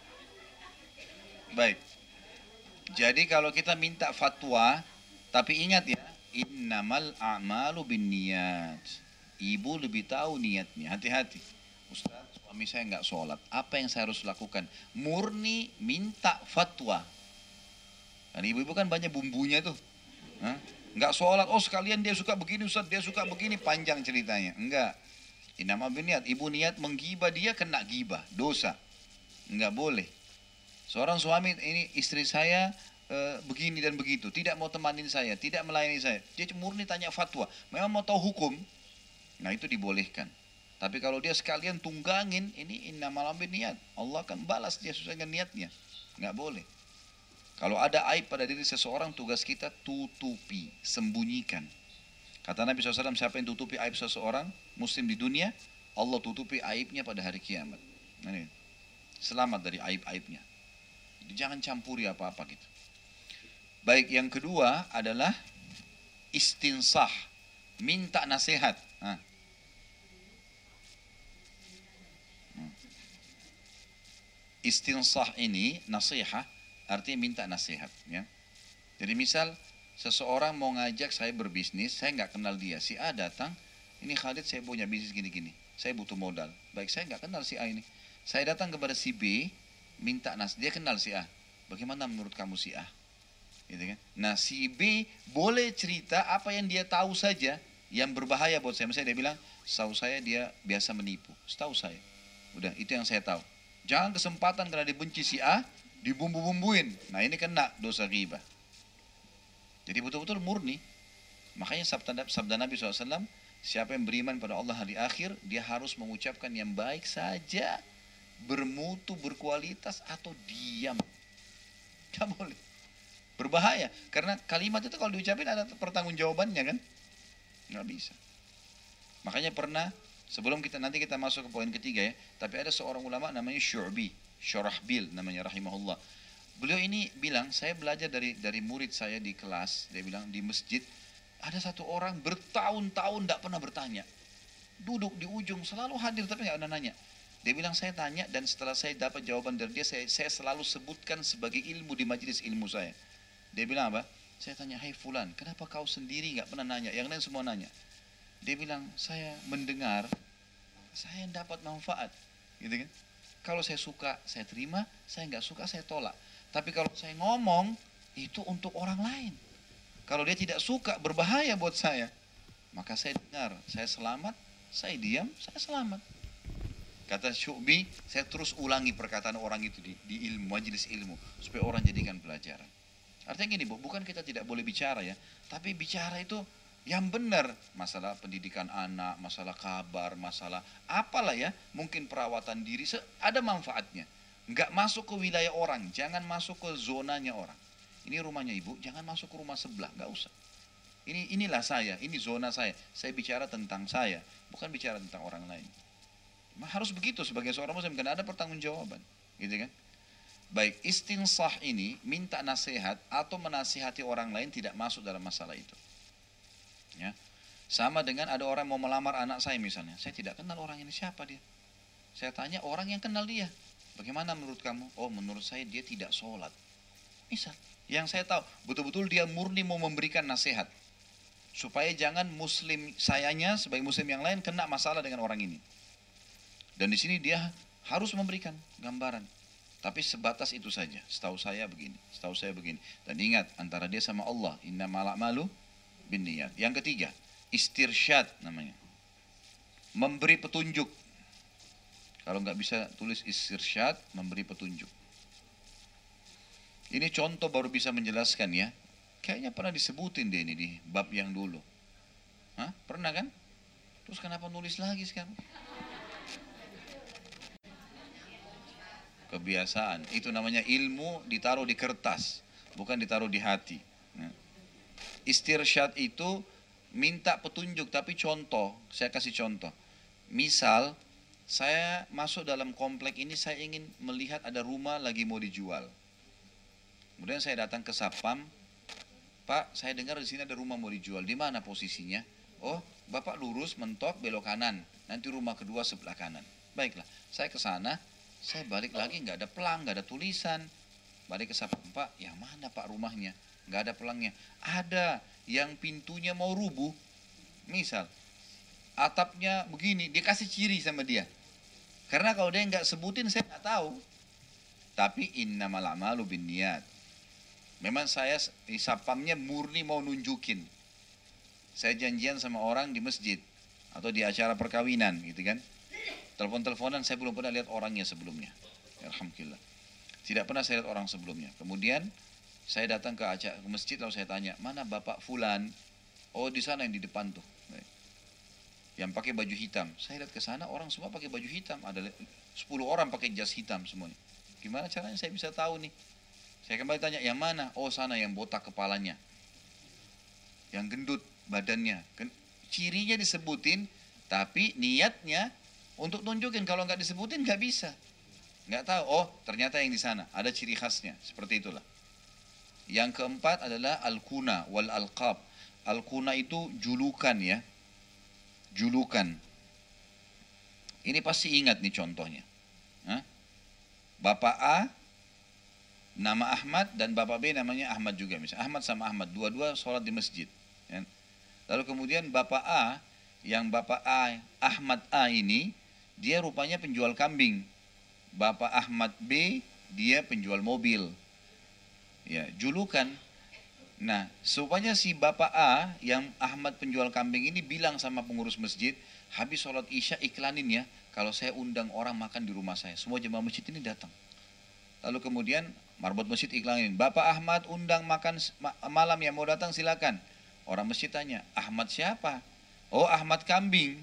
Baik. Jadi kalau kita minta fatwa, tapi ingat ya, innamal a'malu binniyat. Ibu lebih tahu niatnya, hati-hati. Ustaz, suami saya nggak sholat, apa yang saya harus lakukan? Murni minta fatwa. Dan ibu-ibu kan banyak bumbunya tuh. Hah? Enggak sholat, oh sekalian dia suka begini Ustaz, dia suka begini, panjang ceritanya. Enggak. Inama biniat, ibu niat menggibah dia kena gibah, dosa. Enggak boleh. Seorang suami, ini istri saya e, begini dan begitu, tidak mau temanin saya, tidak melayani saya. Dia murni tanya fatwa, memang mau tahu hukum, nah itu dibolehkan. Tapi kalau dia sekalian tunggangin, ini innamal biniat, Allah akan balas dia sesuai dengan niatnya. Enggak boleh. Kalau ada aib pada diri seseorang, tugas kita tutupi, sembunyikan. Kata Nabi shallallahu alaihi wasallam, siapa yang tutupi aib seseorang, muslim di dunia, Allah tutupi aibnya pada hari kiamat. Nah, selamat dari aib-aibnya. Jadi jangan campuri apa-apa gitu. Baik, yang kedua adalah istinsah, minta nasihat. Nah. Istinsah ini, nasihat, artinya minta nasihat. Ya. Jadi misal, seseorang mau ngajak saya berbisnis, saya nggak kenal dia. Si A datang, ini Khalid saya punya bisnis gini-gini, saya butuh modal. Baik, saya nggak kenal si A ini. Saya datang kepada si B, minta nasihat, dia kenal si A. Bagaimana menurut kamu si A? Gitu kan? Nah si B boleh cerita apa yang dia tahu saja, yang berbahaya buat saya. Misalnya dia bilang, setahu saya dia biasa menipu. Setahu saya. Udah, itu yang saya tahu. Jangan kesempatan karena dibenci si A, dibumbu-bumbuin. Nah ini kena dosa ghibah. Jadi betul-betul murni. Makanya sabda, sabda Nabi shallallahu alaihi wasallam, siapa yang beriman pada Allah hari akhir, dia harus mengucapkan yang baik saja, bermutu, berkualitas, atau diam. Gak boleh. Berbahaya. Karena kalimat itu kalau diucapin ada pertanggungjawabannya kan. Gak bisa. Makanya pernah, sebelum kita nanti kita masuk ke poin ketiga ya, tapi ada seorang ulama namanya Syu'bi, Syurahbil namanya rahimahullah. Beliau ini bilang, saya belajar dari dari murid saya di kelas, dia bilang di masjid, ada satu orang bertahun-tahun tidak pernah bertanya. Duduk di ujung, selalu hadir tapi nggak pernah nanya. Dia bilang, saya tanya dan setelah saya dapat jawaban dari dia, saya, saya selalu sebutkan sebagai ilmu di majelis ilmu saya. Dia bilang apa? Saya tanya, hai fulan, kenapa kau sendiri nggak pernah nanya? Yang lain semua nanya. Dia bilang, saya mendengar, saya dapat manfaat. Gitu kan? Kalau saya suka, saya terima, saya nggak suka, saya tolak. Tapi kalau saya ngomong, itu untuk orang lain. Kalau dia tidak suka, berbahaya buat saya. Maka saya dengar, saya selamat, saya diam, saya selamat. Kata Syu'bi, saya terus ulangi perkataan orang itu di, di ilmu, majelis ilmu. Supaya orang jadikan pelajaran. Artinya gini, Bu, bukan kita tidak boleh bicara ya. Tapi bicara itu yang benar. Masalah pendidikan anak, masalah kabar, masalah apalah ya. Mungkin perawatan diri, ada manfaatnya. Enggak masuk ke wilayah orang, jangan masuk ke zonanya orang. Ini rumahnya ibu, jangan masuk ke rumah sebelah, enggak usah. Ini inilah saya, ini zona saya. Saya bicara tentang saya, bukan bicara tentang orang lain. Harus begitu sebagai seorang muslim, karena ada pertanggungjawaban, gitu kan? Baik, istinsah ini minta nasihat atau menasihati orang lain tidak masuk dalam masalah itu. Ya. Sama dengan ada orang mau melamar anak saya misalnya, saya tidak kenal orang ini, siapa dia? Saya tanya orang yang kenal dia. Bagaimana menurut kamu? Oh menurut saya dia tidak sholat. Misal, yang saya tahu betul-betul dia murni mau memberikan nasihat. Supaya jangan muslim sayanya sebagai muslim yang lain kena masalah dengan orang ini. Dan di sini dia harus memberikan gambaran. Tapi sebatas itu saja. Setahu saya begini, setahu saya begini. Dan ingat antara dia sama Allah, innamal a'malu binniyat. Yang ketiga, istirsyad namanya. Memberi petunjuk. Kalau nggak bisa tulis istirsyad, memberi petunjuk. Ini contoh baru bisa menjelaskan ya. Kayaknya pernah disebutin deh ini di bab yang dulu. Hah? Pernah kan? Terus kenapa nulis lagi sekarang? Kebiasaan. Itu namanya ilmu ditaruh di kertas, bukan ditaruh di hati. Nah. Istirsyad itu minta petunjuk, tapi contoh. Saya kasih contoh. Misal, saya masuk dalam komplek ini, saya ingin melihat ada rumah lagi mau dijual. Kemudian saya datang ke Satpam, Pak, saya dengar di sini ada rumah mau dijual. Di mana posisinya? Oh, Bapak lurus, mentok, belok kanan. Nanti rumah kedua sebelah kanan. Baiklah, saya ke sana, saya balik lagi, nggak ada pelang, nggak ada tulisan. Balik ke Satpam, Pak, yang mana Pak rumahnya? Nggak ada pelangnya. Ada, yang pintunya mau rubuh. Misal, atapnya begini, dia kasih ciri sama dia. Karena kalau dia nggak sebutin, saya nggak tahu. Tapi innamal a'malu binniyat. Memang saya di Satpamnya murni mau nunjukin. saya janjian sama orang di masjid atau di acara perkawinan gitu kan. Telepon-teleponan, saya belum pernah lihat orangnya sebelumnya. Alhamdulillah. Tidak pernah saya lihat orang sebelumnya. Kemudian saya datang ke acara ke masjid lalu saya tanya, "Mana Bapak fulan?" "Oh, di sana yang di depan tuh." Yang pakai baju hitam. Saya lihat ke sana orang semua pakai baju hitam. Ada sepuluh orang pakai jas hitam semuanya. Gimana caranya saya bisa tahu nih? Saya kembali tanya, "Yang mana?" "Oh, sana yang botak kepalanya. Yang gendut badannya." Cirinya disebutin, tapi niatnya untuk tunjukin, kalau nggak disebutin nggak bisa. Nggak tahu, oh ternyata yang di sana. Ada ciri khasnya, seperti itulah. Yang keempat adalah al-kuna wal alqab. Al-kuna itu julukan ya. Julukan. Ini pasti ingat nih contohnya. Hah? Bapak A, nama Ahmad, dan Bapak B namanya Ahmad juga. Misalnya Ahmad sama Ahmad, dua-dua sholat di masjid. Ya. Lalu kemudian Bapak A, yang Bapak A, Ahmad A ini, dia rupanya penjual kambing. Bapak Ahmad B, dia penjual mobil. Ya, julukan. Nah, supaya si Bapak A, yang Ahmad penjual kambing ini bilang sama pengurus masjid, habis sholat isya iklanin ya, kalau saya undang orang makan di rumah saya, semua jemaah masjid ini datang. Lalu kemudian marbot masjid iklanin, Bapak Ahmad undang makan malam yang mau datang silakan. Orang masjid tanya, Ahmad siapa? Oh, Ahmad kambing.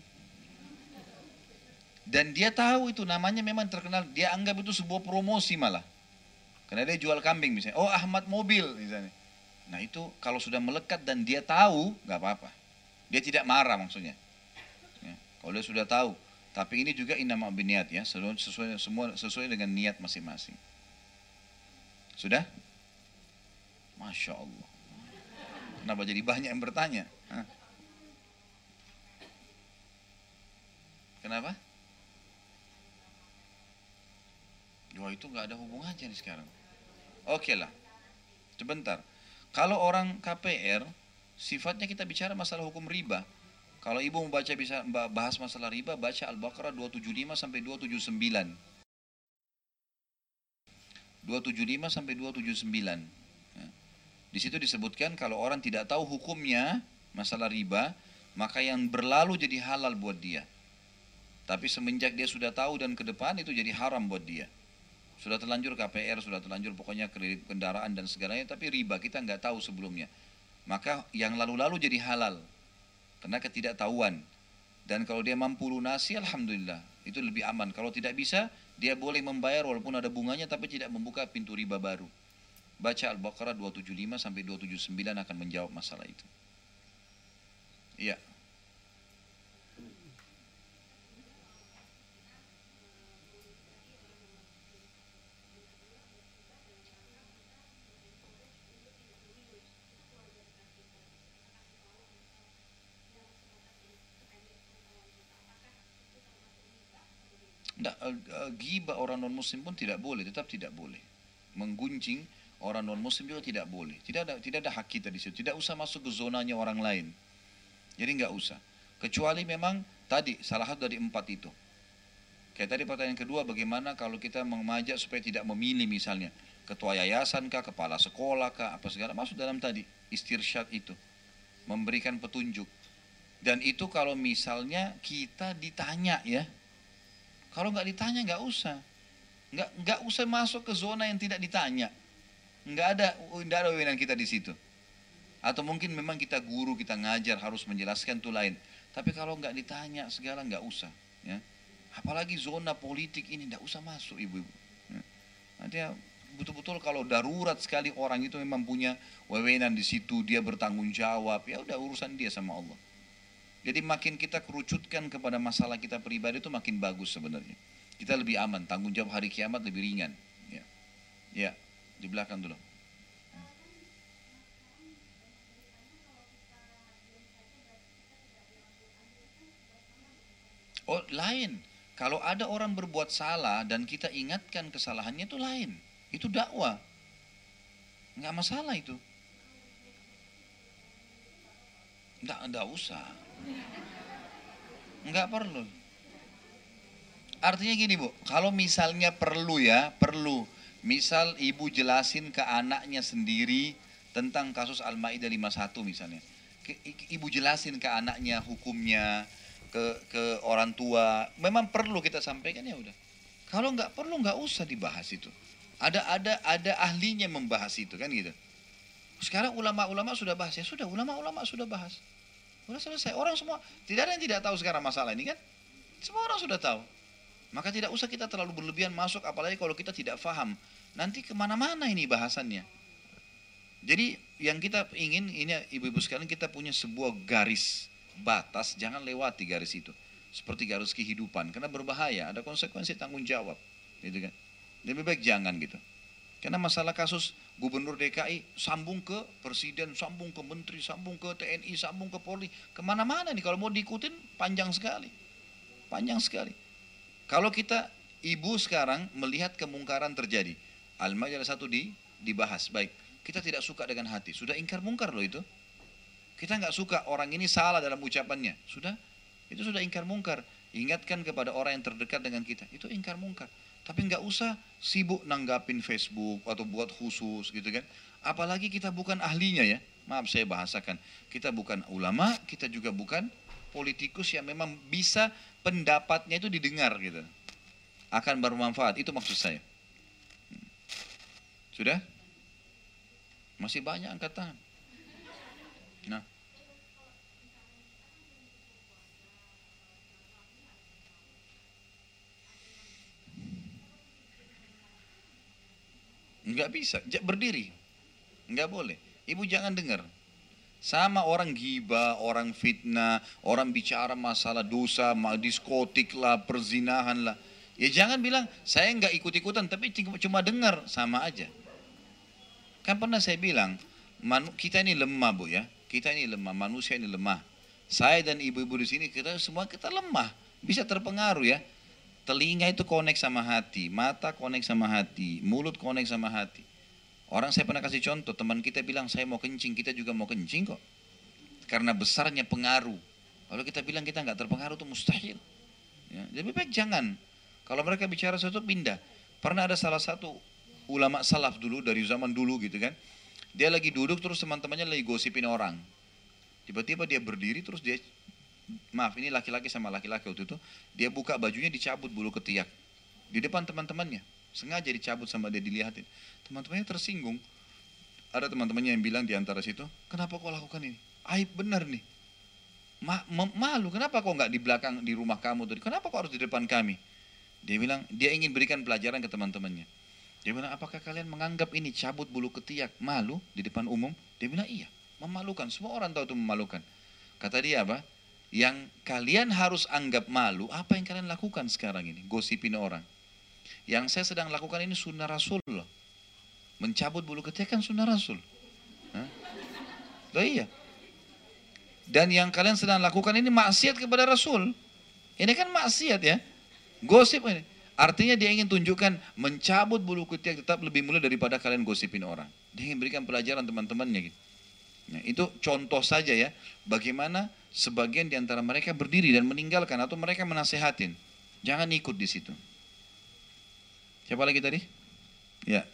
Dan dia tahu itu namanya memang terkenal. Dia anggap itu sebuah promosi malah. Karena dia jual kambing misalnya. Oh, Ahmad mobil misalnya. Nah itu kalau sudah melekat dan dia tahu, gak apa-apa. Dia tidak marah maksudnya. Ya, kalau dia sudah tahu. Tapi ini juga innama biniat ya. Sesuai, semua sesuai dengan niat masing-masing. Sudah? Masya Allah. Kenapa jadi banyak yang bertanya? Hah? Kenapa? Wah itu nggak ada hubungannya nih sekarang. Oke lah, sebentar. Kalau orang K P R, sifatnya kita bicara masalah hukum riba. Kalau ibu mau baca bisa bahas masalah riba, baca Al-Baqarah dua tujuh lima sampai dua tujuh sembilan. dua tujuh lima sampai dua tujuh sembilan. Ya. Di situ disebutkan kalau orang tidak tahu hukumnya masalah riba, maka yang berlalu jadi halal buat dia. Tapi semenjak dia sudah tahu dan ke depan itu jadi haram buat dia. Sudah terlanjur K P R, sudah terlanjur pokoknya kredit kendaraan dan segalanya, tapi riba kita nggak tahu sebelumnya. Maka yang lalu-lalu jadi halal karena ketidaktahuan. Dan kalau dia mampu lunasi, alhamdulillah, itu lebih aman. Kalau tidak bisa, dia boleh membayar walaupun ada bunganya, tapi tidak membuka pintu riba baru. Baca Al-Baqarah dua tujuh lima sampai dua tujuh sembilan akan menjawab masalah itu. Iya. Nggak, ghibah orang non muslim pun tidak boleh, tetap tidak boleh. Menggunjing orang non muslim juga tidak boleh. Tidak ada tidak ada hak kita di situ. Tidak usah masuk ke zonanya orang lain. Jadi nggak usah. Kecuali memang tadi salah satu dari empat itu. Kayak tadi pertanyaan kedua, bagaimana kalau kita mengajak supaya tidak memilih misalnya ketua yayasan kah, kepala sekolah kah, apa segala, masuk dalam tadi istirsyad itu, memberikan petunjuk. Dan itu kalau misalnya kita ditanya ya. Kalau nggak ditanya nggak usah, nggak nggak usah masuk ke zona yang tidak ditanya, nggak ada nggak ada wewenang kita di situ. Atau mungkin memang kita guru, kita ngajar harus menjelaskan itu lain. Tapi kalau nggak ditanya segala nggak usah, ya. Apalagi zona politik ini nggak usah masuk ibu-ibu. Ya. Nanti ya, betul-betul kalau darurat sekali orang itu memang punya wewenang di situ, dia bertanggung jawab, ya udah urusan dia sama Allah. Jadi makin kita kerucutkan kepada masalah kita pribadi itu makin bagus sebenarnya. Kita lebih aman, tanggung jawab hari kiamat lebih ringan. Ya, ya di belakang dulu. Oh lain, kalau ada orang berbuat salah dan kita ingatkan kesalahannya itu lain. Itu dakwah, nggak masalah itu. Nggak, nggak usah. Nggak perlu. Artinya gini bu, kalau misalnya perlu ya, perlu. Misal ibu jelasin ke anaknya sendiri tentang kasus Al-Ma'idah lima puluh satu misalnya. ibu jelasin ke anaknya hukumnya, ke ke orang tua. Memang perlu kita sampaikan, ya udah. Kalau nggak perlu nggak usah dibahas itu. Ada ada ada ahlinya membahas itu kan gitu. Sekarang ulama-ulama sudah bahas, ya sudah, ulama-ulama sudah bahas. Sudah selesai. Orang semua, tidak ada yang tidak tahu sekarang masalah ini kan. Semua orang sudah tahu. Maka tidak usah kita terlalu berlebihan masuk, apalagi kalau kita tidak faham. Nanti kemana-mana ini bahasannya. Jadi yang kita ingin, ini ibu-ibu sekalian, kita punya sebuah garis batas, jangan lewati garis itu. Seperti garis kehidupan, karena berbahaya, ada konsekuensi tanggung jawab. Gitu kan. Lebih baik jangan gitu. Karena masalah kasus gubernur D K I, sambung ke presiden, sambung ke menteri, sambung ke T N I, sambung ke Polri. Kemana-mana nih, kalau mau diikutin panjang sekali. Panjang sekali. Kalau kita, ibu sekarang melihat kemungkaran terjadi. Al-Maidah satu di, dibahas, baik. Kita tidak suka dengan hati, sudah ingkar mungkar loh itu. Kita nggak suka orang ini salah dalam ucapannya, sudah, itu sudah ingkar mungkar. Ingatkan kepada orang yang terdekat dengan kita, itu ingkar mungkar. Tapi nggak usah sibuk nanggapin Facebook atau buat khusus gitu kan. Apalagi kita bukan ahlinya ya, maaf saya bahasakan. Kita bukan ulama, kita juga bukan politikus yang memang bisa pendapatnya itu didengar gitu. Akan bermanfaat, itu maksud saya. Sudah? Masih banyak angkat tangan. Nah. Enggak bisa, berdiri. Enggak boleh. Ibu jangan dengar. Sama orang gibah, orang fitnah, orang bicara masalah dosa, diskotik lah, perzinahan lah. Ya jangan bilang, saya enggak ikut-ikutan, tapi cuma dengar, sama aja. Kan pernah saya bilang, kita ini lemah bu ya, kita ini lemah, manusia ini lemah. Saya dan ibu-ibu di sini, kita semua kita lemah, bisa terpengaruh ya. Telinga itu connect sama hati, mata connect sama hati, mulut connect sama hati. Orang saya pernah kasih contoh, teman kita bilang saya mau kencing, kita juga mau kencing kok. Karena besarnya pengaruh. Kalau kita bilang kita nggak terpengaruh itu mustahil. Ya, lebih baik jangan. Kalau mereka bicara sesuatu pindah. Pernah ada salah satu ulama salaf dulu, dari zaman dulu gitu kan. Dia lagi duduk terus teman-temannya lagi gosipin orang. Tiba-tiba dia berdiri terus dia, maaf ini laki-laki sama laki-laki waktu itu, dia buka bajunya dicabut bulu ketiak. Di depan teman-temannya. Sengaja dicabut sama dia, dilihatin. Teman-temannya tersinggung. Ada teman-temannya yang bilang di antara situ, kenapa kau lakukan ini? Aib benar nih. Ma malu, kenapa kau nggak di belakang di rumah kamu tadi? Kenapa kau harus di depan kami? Dia bilang, dia ingin berikan pelajaran ke teman-temannya. Dia bilang, apakah kalian menganggap ini cabut bulu ketiak malu di depan umum? Dia bilang, iya, memalukan. Semua orang tahu itu memalukan. Kata dia apa? Yang kalian harus anggap malu, apa yang kalian lakukan sekarang ini? Gosipin orang. Yang saya sedang lakukan ini sunnah Rasul loh. Mencabut bulu ketiak kan sunnah Rasul. Hah? Loh iya. Dan yang kalian sedang lakukan ini maksiat kepada Rasul. Ini kan maksiat ya. Gosip ini. Artinya dia ingin tunjukkan mencabut bulu ketiak tetap lebih mulia daripada kalian gosipin orang. Dia ingin berikan pelajaran teman-temannya gitu. Nah, itu contoh saja ya. Bagaimana sebagian di antara mereka berdiri dan meninggalkan atau mereka menasehatin. Jangan ikut di situ. Siapa lagi tadi? Ya.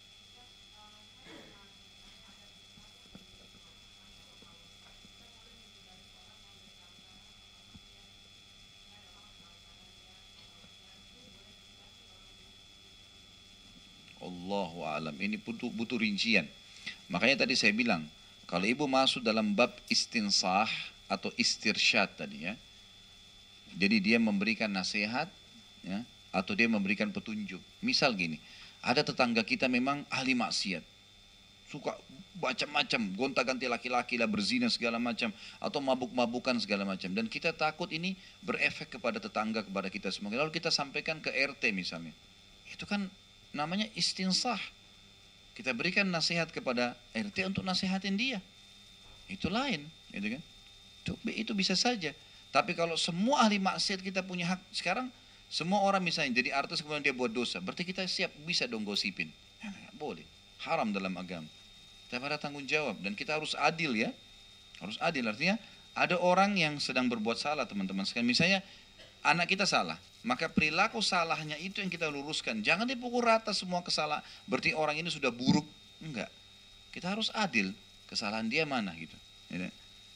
Allahu a'lam. Ini butuh, butuh rincian. Makanya tadi saya bilang, kalau ibu masuk dalam bab istinsah atau istirsyad tadi ya. Jadi dia memberikan nasihat ya, atau dia memberikan petunjuk. Misal gini, ada tetangga kita memang ahli maksiat. Suka macam-macam, gonta-ganti laki-laki lah, berzina segala macam, atau mabuk-mabukan segala macam. Dan kita takut ini berefek kepada tetangga, kepada kita semua. Lalu kita sampaikan ke R T misalnya. Itu kan namanya istinsah. Kita berikan nasihat kepada R T untuk nasihatin dia. Itu lain, gitu kan? Itu, itu bisa saja. Tapi kalau semua ahli maksiat kita punya hak sekarang, semua orang misalnya jadi artis kemudian dia buat dosa, berarti kita siap bisa dong gosipin. Ya, boleh, haram dalam agama. Tapi ada tanggung jawab dan kita harus adil ya, harus adil. Artinya ada orang yang sedang berbuat salah teman-teman sekalian. Misalnya anak kita salah, maka perilaku salahnya itu yang kita luruskan. Jangan dipukul rata semua kesalahan. Berarti orang ini sudah buruk, enggak. Kita harus adil. Kesalahan dia mana gitu.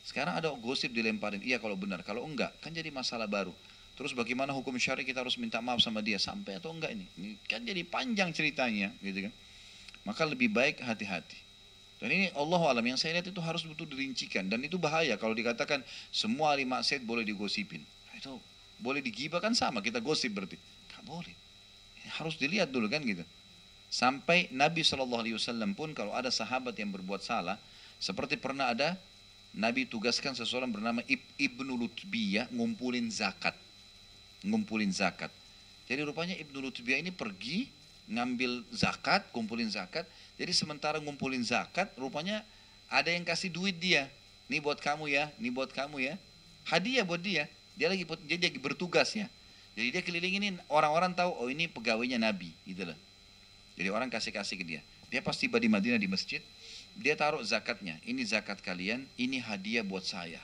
Sekarang ada gosip dilemparin, iya kalau benar, kalau enggak kan jadi masalah baru. Terus bagaimana hukum syari kita harus minta maaf sama dia, sampai atau enggak ini? Ini kan jadi panjang ceritanya, gitu kan. Maka lebih baik hati-hati. Dan ini Allah alam yang saya lihat itu harus betul dirincikan. Dan itu bahaya kalau dikatakan semua ahli maksiat boleh digosipin. Itu boleh digibah kan sama, kita gosip berarti. Gak boleh. Harus dilihat dulu kan gitu. Sampai Nabi shallallahu alaihi wasallam pun kalau ada sahabat yang berbuat salah, seperti pernah ada Nabi tugaskan seseorang bernama Ibnu Lutbiyah ngumpulin zakat. Ngumpulin zakat. Jadi rupanya Ibnu Lutbiyah ini pergi ngambil zakat, kumpulin zakat. Jadi sementara ngumpulin zakat, rupanya ada yang kasih duit dia. Ini buat kamu ya, ini buat kamu ya. Hadiah buat dia. Dia lagi jadi dia bertugas ya. Jadi dia kelilingin orang-orang tahu, oh ini pegawainya Nabi, gitu loh. Jadi orang kasih-kasih ke dia. Dia pas tiba di Madinah di masjid, dia taruh zakatnya. Ini zakat kalian, ini hadiah buat saya.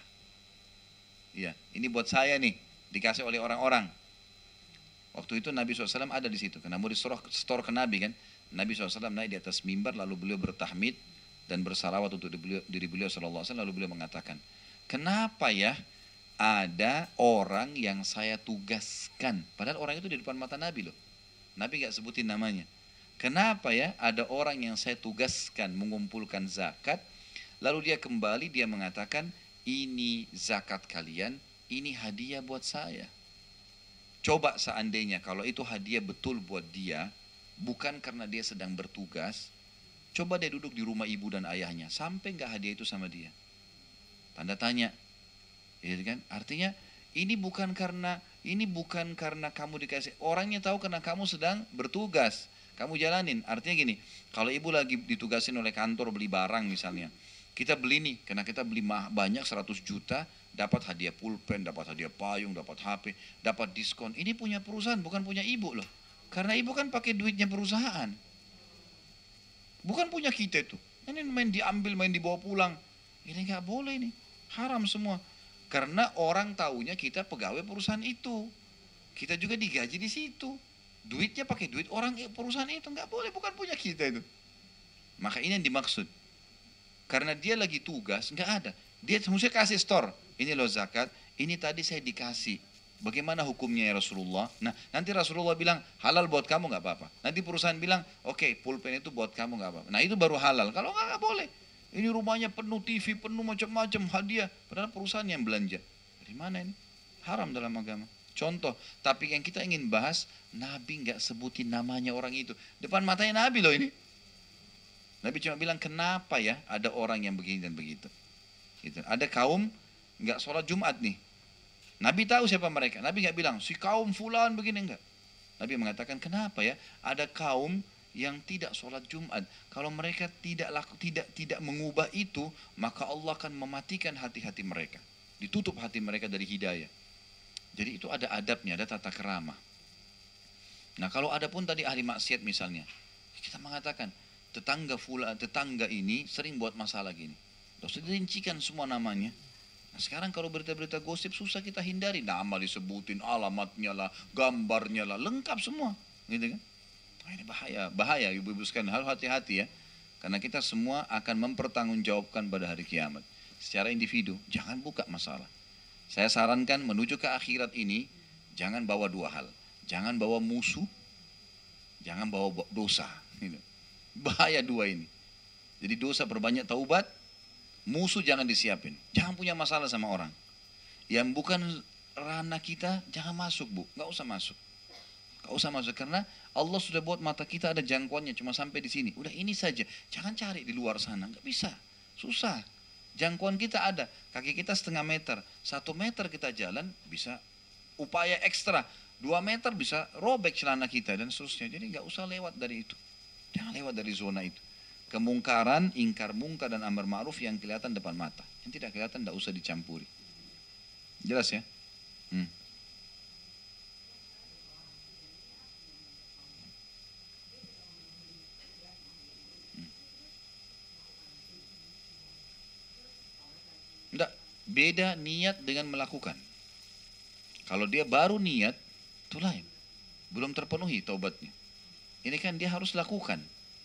Ya, ini buat saya nih, dikasih oleh orang-orang. Waktu itu Nabi shallallahu alaihi wasallam ada di situ. Karena mau di-store ke Nabi kan. Nabi shallallahu alaihi wasallam naik di atas mimbar, lalu beliau bertahmid dan bersalawat untuk diri beliau shallallahu alaihi wasallam. Lalu beliau mengatakan, kenapa ya ada orang yang saya tugaskan? Padahal orang itu di depan mata Nabi loh. Nabi gak sebutin namanya. Kenapa ya ada orang yang saya tugaskan mengumpulkan zakat, lalu dia kembali dia mengatakan, ini zakat kalian, ini hadiah buat saya. Coba seandainya kalau itu hadiah betul buat dia, bukan karena dia sedang bertugas, coba dia duduk di rumah ibu dan ayahnya, sampai gak hadiah itu sama dia? Tanda tanya. Ya kan? Artinya ini bukan karena ini bukan karena kamu dikasih, orangnya tahu karena kamu sedang bertugas. Kamu jalanin, artinya gini, kalau ibu lagi ditugasin oleh kantor beli barang misalnya, kita beli nih, karena kita beli banyak seratus juta, dapat hadiah pulpen, dapat hadiah payung, dapat H P, dapat diskon. Ini punya perusahaan, bukan punya ibu loh. Karena ibu kan pakai duitnya perusahaan. Bukan punya kita itu. Ini main diambil, main dibawa pulang. Ini gak boleh nih, haram semua. Karena orang taunya kita pegawai perusahaan itu. Kita juga digaji di situ. Duitnya pakai duit orang perusahaan itu, nggak boleh, bukan punya kita itu. Maka ini yang dimaksud. Karena dia lagi tugas, nggak ada. Dia mesti kasih store. Ini loh zakat, ini tadi saya dikasih. Bagaimana hukumnya ya Rasulullah? Nah, nanti Rasulullah bilang halal buat kamu nggak apa-apa. Nanti perusahaan bilang, oke, okay, pulpen itu buat kamu nggak apa-apa. Nah itu baru halal. Kalau nggak, nggak boleh. Ini rumahnya penuh T V, penuh macam-macam hadiah. Padahal perusahaan yang belanja. Dari mana ini? Haram dalam agama. Contoh, tapi yang kita ingin bahas, Nabi nggak sebutin namanya orang itu. Depan matanya Nabi loh ini. Nabi cuma bilang, kenapa ya ada orang yang begini dan begitu. Gitu. Ada kaum nggak sholat Jumat nih. Nabi tahu siapa mereka. Nabi nggak bilang, si kaum fulan begini, enggak. Nabi mengatakan, kenapa ya ada kaum yang tidak sholat Jumat. Kalau mereka tidak laku, tidak tidak mengubah itu, maka Allah akan mematikan hati-hati mereka. Ditutup hati mereka dari hidayah. Jadi itu ada adabnya, ada tata kerama. Nah kalau ada pun tadi ahli maksiat misalnya, kita mengatakan tetangga fula, tetangga ini sering buat masalah gini. Terus dirincikan semua namanya. Nah sekarang kalau berita-berita gosip susah kita hindari. Nama disebutin, alamatnya lah, gambarnya lah, lengkap semua. Gitu kan? Nah, ini bahaya, bahaya ibu-ibu sekalian, harus hati-hati ya. Karena kita semua akan mempertanggungjawabkan pada hari kiamat. Secara individu, jangan buka masalah. Saya sarankan menuju ke akhirat ini, jangan bawa dua hal. Jangan bawa musuh, jangan bawa dosa. Bahaya dua ini. Jadi dosa perbanyak taubat, musuh jangan disiapin. Jangan punya masalah sama orang. Yang bukan ranah kita, jangan masuk bu. Gak usah masuk. Gak usah masuk, karena Allah sudah buat mata kita ada jangkauannya, cuma sampai di sini. Udah ini saja, jangan cari di luar sana. Gak bisa, susah. Jangkauan kita ada, kaki kita setengah meter, satu meter kita jalan bisa upaya ekstra, dua meter bisa robek celana kita dan seterusnya. Jadi nggak usah lewat dari itu, jangan lewat dari zona itu. Kemungkaran, ingkar mungkar dan amar ma'ruf yang kelihatan depan mata, yang tidak kelihatan nggak usah dicampuri. Jelas ya? Hmm. Enggak, beda niat dengan melakukan. Kalau dia baru niat, itu lain. Belum terpenuhi taubatnya. Ini kan dia harus lakukan.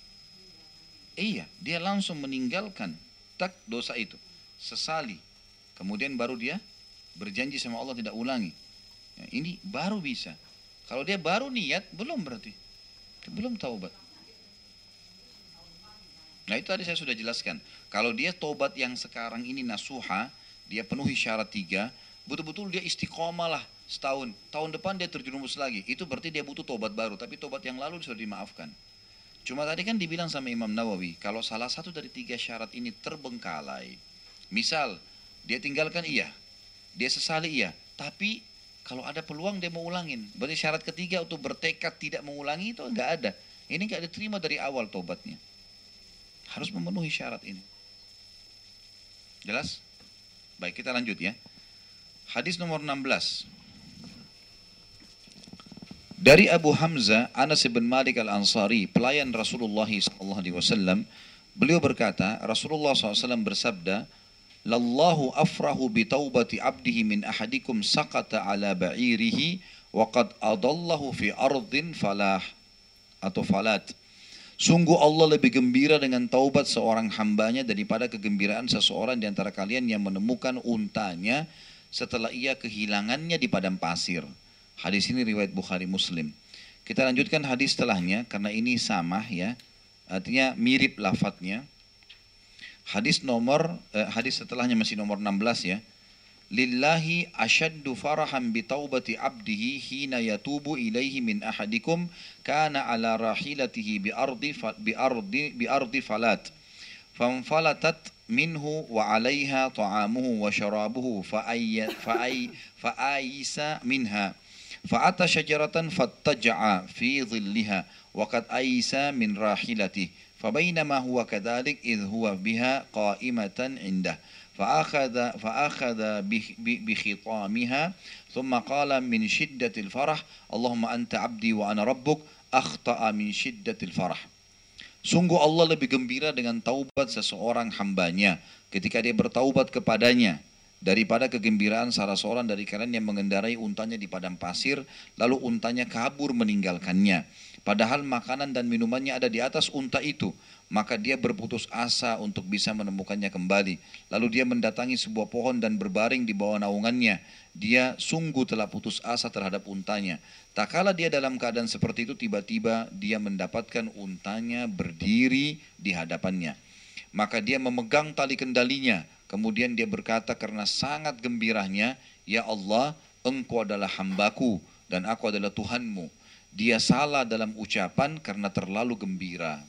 Iya, dia langsung meninggalkan tak dosa itu. Sesali. Kemudian baru dia berjanji sama Allah tidak ulangi. Ya, ini baru bisa. Kalau dia baru niat, belum berarti. Dia belum taubat. Nah itu tadi saya sudah jelaskan. Kalau dia taubat yang sekarang ini nasuha, dia penuhi syarat tiga, betul-betul dia istiqomah lah setahun. Tahun depan dia terjerumus lagi. Itu berarti dia butuh taubat baru. Tapi taubat yang lalu sudah dimaafkan. Cuma tadi kan dibilang sama Imam Nawawi, kalau salah satu dari tiga syarat ini terbengkalai. Misal, dia tinggalkan iya. Dia sesali iya. Tapi kalau ada peluang dia mau ulangin. Berarti syarat ketiga untuk bertekad tidak mengulangi itu enggak ada. Ini enggak diterima dari awal taubatnya. Harus memenuhi syarat ini. Jelas? Baik, kita lanjut ya. Hadis nomor enam belas. Dari Abu Hamzah Anas bin Malik Al-Ansari, pelayan Rasulullah sallallahu alaihi wasallam, beliau berkata, Rasulullah sallallahu alaihi wasallam bersabda, "Lallahu afrahu bi taubati abdihi min ahadikum saqata ala ba'irihi wa qad adallahu fi ardin falah atau falat." Sungguh Allah lebih gembira dengan taubat seorang hambanya daripada kegembiraan seseorang di antara kalian yang menemukan untanya setelah ia kehilangannya di padang pasir. Hadis ini riwayat Bukhari Muslim. Kita lanjutkan hadis setelahnya karena ini sama ya. Artinya mirip lafadznya. Hadis nomor eh, hadis setelahnya masih nomor enam belas ya. Lillahi ashaddu farahan bi taubati abdihi hina yatubu ilaihi min ahadikum kana ala rahilatihi bi ardi bi ardi bi ardi falat fanfalatat minhu wa alaiha ta'amuhu wa sharabuhu fa ayya fa ay fa ayisa minha fa ata syajaratan fattaja'a fi dhilliha wa qad ayisa min rahilatihi fa bainama huwa kadhalik idh huwa biha qa'imatan indah فأخذ فأخذ بخطامها ثم قال من شدة الفرح اللهم أنت عبدي وأنا ربك أخطأ من شدة الفرح. Sungguh Allah lebih gembira dengan taubat seseorang hambanya ketika dia bertaubat kepadanya daripada kegembiraan salah seorang dari kalian yang mengendarai untanya di padang pasir lalu untanya kabur meninggalkannya. Padahal makanan dan minumannya ada di atas unta itu. Maka dia berputus asa untuk bisa menemukannya kembali. Lalu dia mendatangi sebuah pohon dan berbaring di bawah naungannya. Dia sungguh telah putus asa terhadap untanya. Tak kala dia dalam keadaan seperti itu, tiba-tiba dia mendapatkan untanya berdiri di hadapannya. Maka dia memegang tali kendalinya. Kemudian dia berkata karena sangat gembiranya, "Ya Allah, Engkau adalah hambaku dan aku adalah Tuhanmu." Dia salah dalam ucapan karena terlalu gembira.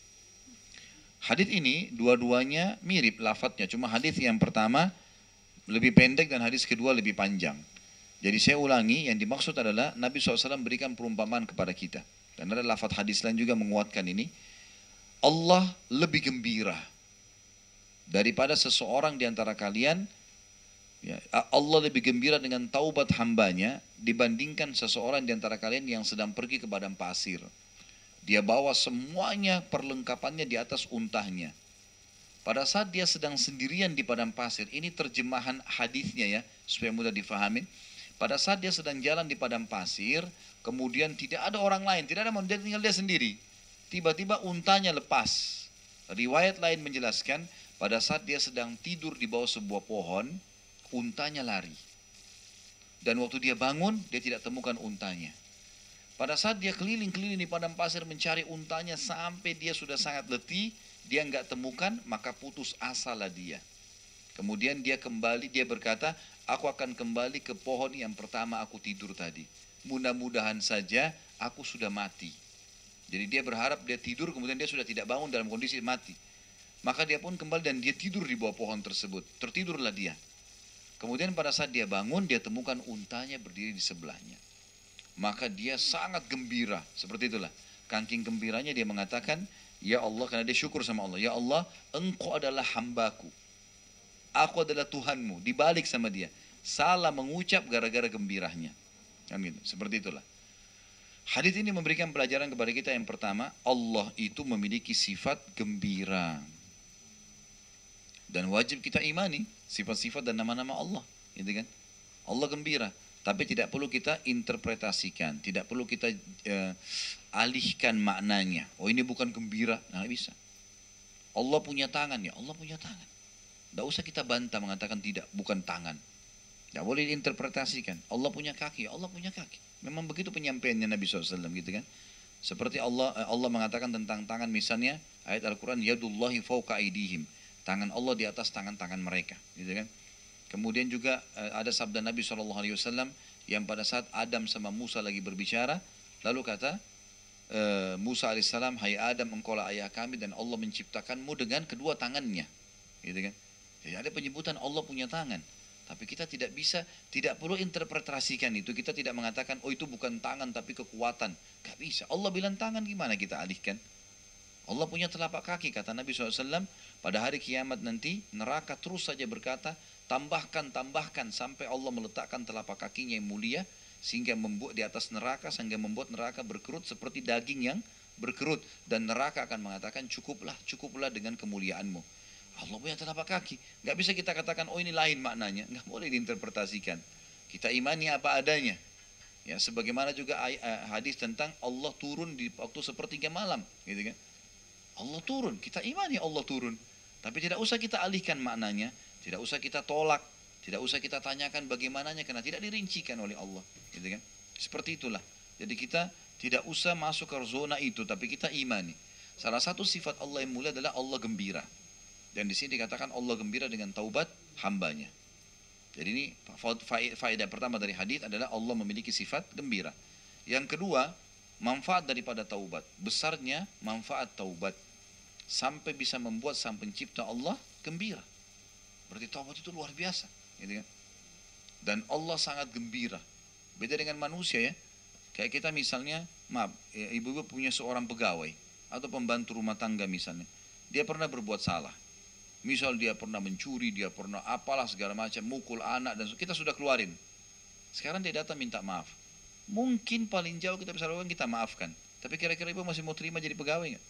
Hadis ini dua-duanya mirip lafadznya, cuma hadis yang pertama lebih pendek dan hadis kedua lebih panjang. Jadi saya ulangi, yang dimaksud adalah Nabi shallallahu alaihi wasallam berikan perumpamaan kepada kita. Dan ada lafadz hadis lain juga menguatkan ini. Allah lebih gembira daripada seseorang di antara kalian. Ya, Allah lebih gembira dengan taubat hambanya dibandingkan seseorang di antara kalian yang sedang pergi ke padang pasir. Dia bawa semuanya perlengkapannya di atas untahnya. Pada saat dia sedang sendirian di padang pasir, ini terjemahan hadisnya ya, supaya mudah difahami. Pada saat dia sedang jalan di padang pasir, kemudian tidak ada orang lain, tidak ada manusia, tinggal dia sendiri. Tiba-tiba untanya lepas. Riwayat lain menjelaskan, pada saat dia sedang tidur di bawah sebuah pohon, untanya lari. Dan waktu dia bangun, dia tidak temukan untanya. Pada saat dia keliling-keliling di padang pasir mencari untanya sampai dia sudah sangat letih, dia enggak temukan, maka putus asalah dia. Kemudian dia kembali, dia berkata, aku akan kembali ke pohon yang pertama aku tidur tadi. Mudah-mudahan saja aku sudah mati. Jadi dia berharap dia tidur, kemudian dia sudah tidak bangun dalam kondisi mati. Maka dia pun kembali dan dia tidur di bawah pohon tersebut. Tertidurlah dia. Kemudian pada saat dia bangun, dia temukan untanya berdiri di sebelahnya. Maka dia sangat gembira, seperti itulah. Kangking gembiranya dia mengatakan, ya Allah, karena dia syukur sama Allah. Ya Allah, Engkau adalah hambaku. Aku adalah Tuhanmu. Dibalik sama dia. Salah mengucap gara-gara gembiranya. Kan gitu, seperti itulah. Hadis ini memberikan pelajaran kepada kita yang pertama, Allah itu memiliki sifat gembira. Dan wajib kita imani sifat-sifat dan nama-nama Allah. Gitu kan? Allah gembira. Tapi tidak perlu kita interpretasikan, tidak perlu kita uh, alihkan maknanya. Oh ini bukan gembira, nah bisa. Allah punya tangan ya, Allah punya tangan. Tidak usah kita bantah mengatakan tidak, bukan tangan. Tidak boleh diinterpretasikan. Allah punya kaki, Allah punya kaki. Memang begitu penyampaiannya Nabi shallallahu alaihi wasallam gitu kan. Seperti Allah Allah mengatakan tentang tangan misalnya ayat Al-Quran yadullahi fawqa aidihim. Tangan Allah di atas tangan-tangan mereka gitu kan. Kemudian juga ada sabda Nabi shallallahu alaihi wasallam yang pada saat Adam sama Musa lagi berbicara, lalu kata e, Musa alaihissalam, hai Adam, engkaulah ayah kami dan Allah menciptakanmu dengan kedua tangannya gitu kan. Jadi ada penyebutan Allah punya tangan. Tapi kita tidak bisa, tidak perlu interpretasikan itu. Kita tidak mengatakan, oh itu bukan tangan tapi kekuatan. Gak bisa. Allah bilang tangan, gimana kita alihkan? Allah punya telapak kaki, kata Nabi shallallahu alaihi wasallam. Pada hari kiamat nanti, neraka terus saja berkata, tambahkan, tambahkan. Sampai Allah meletakkan telapak kakinya yang mulia. Sehingga membuat di atas neraka, sehingga membuat neraka berkerut seperti daging yang berkerut. Dan neraka akan mengatakan, cukuplah, cukuplah dengan kemuliaanmu. Allah punya telapak kaki. Gak bisa kita katakan, oh ini lain maknanya. Gak boleh diinterpretasikan. Kita imani apa adanya. Ya, sebagaimana juga hadis tentang Allah turun di waktu sepertiga malam. Gitu kan. Allah turun. Kita imani Allah turun. Tapi tidak usah kita alihkan maknanya. Tidak usah kita tolak. Tidak usah kita tanyakan bagaimananya. Karena tidak dirincikan oleh Allah. Gitu kan. Seperti itulah. Jadi kita tidak usah masuk ke zona itu. Tapi kita imani. Salah satu sifat Allah yang mulia adalah Allah gembira. Dan di sini dikatakan Allah gembira dengan taubat hambanya. Jadi ini faedah pertama dari hadis adalah Allah memiliki sifat gembira. Yang kedua, manfaat daripada taubat. Besarnya manfaat taubat. Sampai bisa membuat sang pencipta Allah gembira. Berarti taubat itu luar biasa. Gitu kan? Dan Allah sangat gembira. Beda dengan manusia ya. Kayak kita misalnya, maaf, ibu-ibu punya seorang pegawai. Atau pembantu rumah tangga misalnya. Dia pernah berbuat salah. Misal dia pernah mencuri, dia pernah apalah segala macam, mukul anak, dan kita sudah keluarin. Sekarang dia datang minta maaf. Mungkin paling jauh kita bisa lakukan, kita maafkan. Tapi kira-kira ibu masih mau terima jadi pegawai nggak?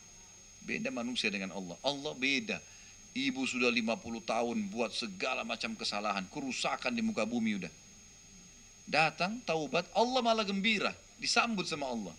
Beda manusia dengan Allah. Allah beda. Ibu sudah lima puluh tahun buat segala macam kesalahan, kerusakan di muka bumi udah. Datang, taubat, Allah malah gembira. Disambut sama Allah.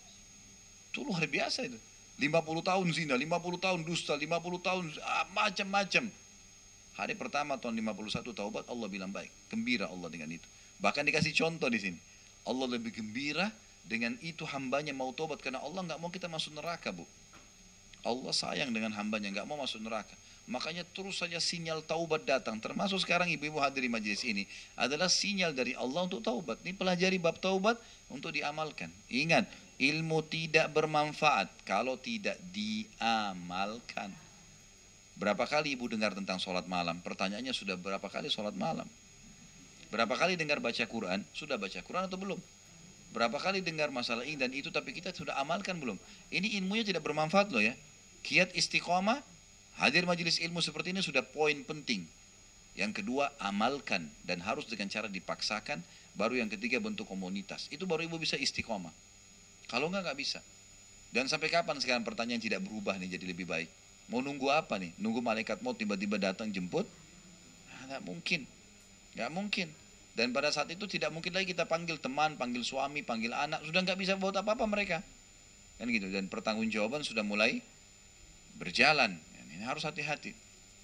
Itu luar biasa itu. lima puluh tahun zina, lima puluh tahun dusta, lima puluh tahun ah, macam-macam. Hari pertama tahun lima puluh satu taubat, Allah bilang baik. Gembira Allah dengan itu. Bahkan dikasih contoh di sini. Allah lebih gembira dengan itu hambanya mau taubat. Karena Allah nggak mau kita masuk neraka, Bu. Allah sayang dengan hambanya, nggak mau masuk neraka. Makanya terus saja sinyal taubat datang. Termasuk sekarang ibu-ibu hadir di majelis ini. Adalah sinyal dari Allah untuk taubat. Ini pelajari bab taubat untuk diamalkan. Ingat, ilmu tidak bermanfaat kalau tidak diamalkan. Berapa kali ibu dengar tentang sholat malam? Pertanyaannya sudah berapa kali sholat malam? Berapa kali dengar baca Quran? Sudah baca Quran atau belum? Berapa kali dengar masalah ini dan itu tapi kita sudah amalkan belum? Ini ilmunya tidak bermanfaat loh ya. Kiat istiqomah, hadir majelis ilmu seperti ini sudah poin penting. Yang kedua, amalkan dan harus dengan cara dipaksakan. Baru yang ketiga bentuk komunitas. Itu baru ibu bisa istiqomah. Kalau enggak, enggak bisa. Dan sampai kapan sekarang pertanyaan tidak berubah nih jadi lebih baik? Mau nunggu apa nih? Nunggu malaikat maut tiba-tiba datang jemput? Nah, enggak mungkin. Enggak mungkin. Dan pada saat itu tidak mungkin lagi kita panggil teman, panggil suami, panggil anak. Sudah enggak bisa buat apa-apa mereka. Kan gitu. Dan pertanggungjawaban sudah mulai berjalan. Ini harus hati-hati.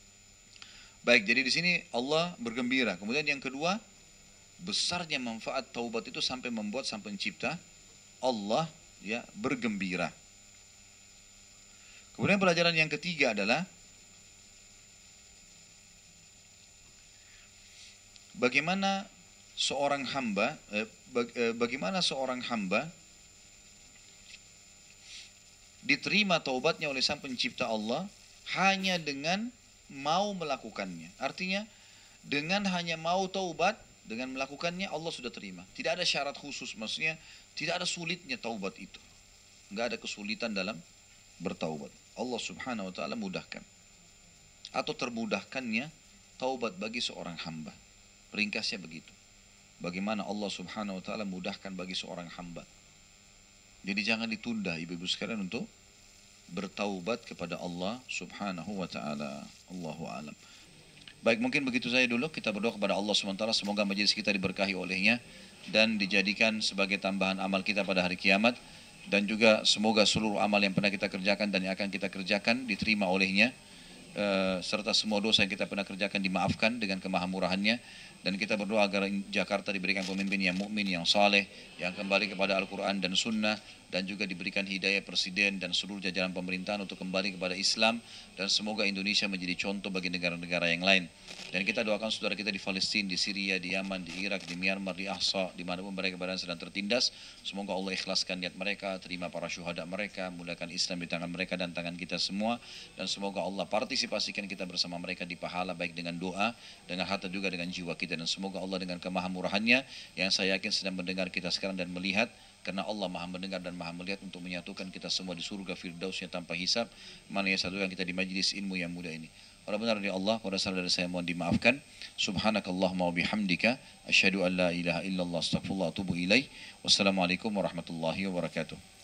Baik, jadi di sini Allah bergembira. Kemudian yang kedua, besarnya manfaat taubat itu sampai membuat sang pencipta Allah ya bergembira. Kemudian pelajaran yang ketiga adalah bagaimana seorang hamba eh, baga, eh, bagaimana seorang hamba diterima taubatnya oleh sang pencipta Allah hanya dengan mau melakukannya. Artinya dengan hanya mau taubat, dengan melakukannya Allah sudah terima. Tidak ada syarat khusus, maksudnya tidak ada sulitnya taubat itu. Enggak ada kesulitan dalam bertaubat. Allah Subhanahu wa taala mudahkan. Atau termudahkannya taubat bagi seorang hamba. Ringkasnya begitu. Bagaimana Allah Subhanahu wa taala mudahkan bagi seorang hamba. Jadi jangan ditunda ibu-ibu sekalian untuk bertaubat kepada Allah Subhanahu wa taala. Allahu a'lam. Baik, mungkin begitu saja dulu. Kita berdoa kepada Allah subhanahu wa taala semoga majelis kita diberkahi olehnya dan dijadikan sebagai tambahan amal kita pada hari kiamat, dan juga semoga seluruh amal yang pernah kita kerjakan dan yang akan kita kerjakan diterima olehnya, eh, serta semua dosa yang kita pernah kerjakan dimaafkan dengan kemahamurahannya. Dan kita berdoa agar Jakarta diberikan pemimpin yang mukmin, yang saleh, yang kembali kepada Al-Quran dan Sunnah, dan juga diberikan hidayah presiden dan seluruh jajaran pemerintahan untuk kembali kepada Islam, dan semoga Indonesia menjadi contoh bagi negara-negara yang lain. Dan kita doakan saudara kita di Palestina, di Syria, di Yaman, di Irak, di Myanmar, di Ahsa, dimanapun mereka berada sedang tertindas. Semoga Allah ikhlaskan niat mereka, terima para syuhada mereka, mulakan Islam di tangan mereka dan tangan kita semua. Dan semoga Allah partisipasikan kita bersama mereka di pahala, baik dengan doa, dengan harta juga dengan jiwa kita. Dan semoga Allah dengan kemahamurahannya yang saya yakin sedang mendengar kita sekarang dan melihat, karena Allah maha mendengar dan maha melihat, untuk menyatukan kita semua di surga firdausnya tanpa hisab. Mana yang satukan kita di majlis ilmu yang mulia ini. Kalau benar dari Allah, pada salah dari saya mohon dimaafkan. Subhanakallahumma wa bihamdika asyhadu an la ilaha illallah astaghfirullah wa atubu ilaih. Wassalamualaikum warahmatullahi wabarakatuh.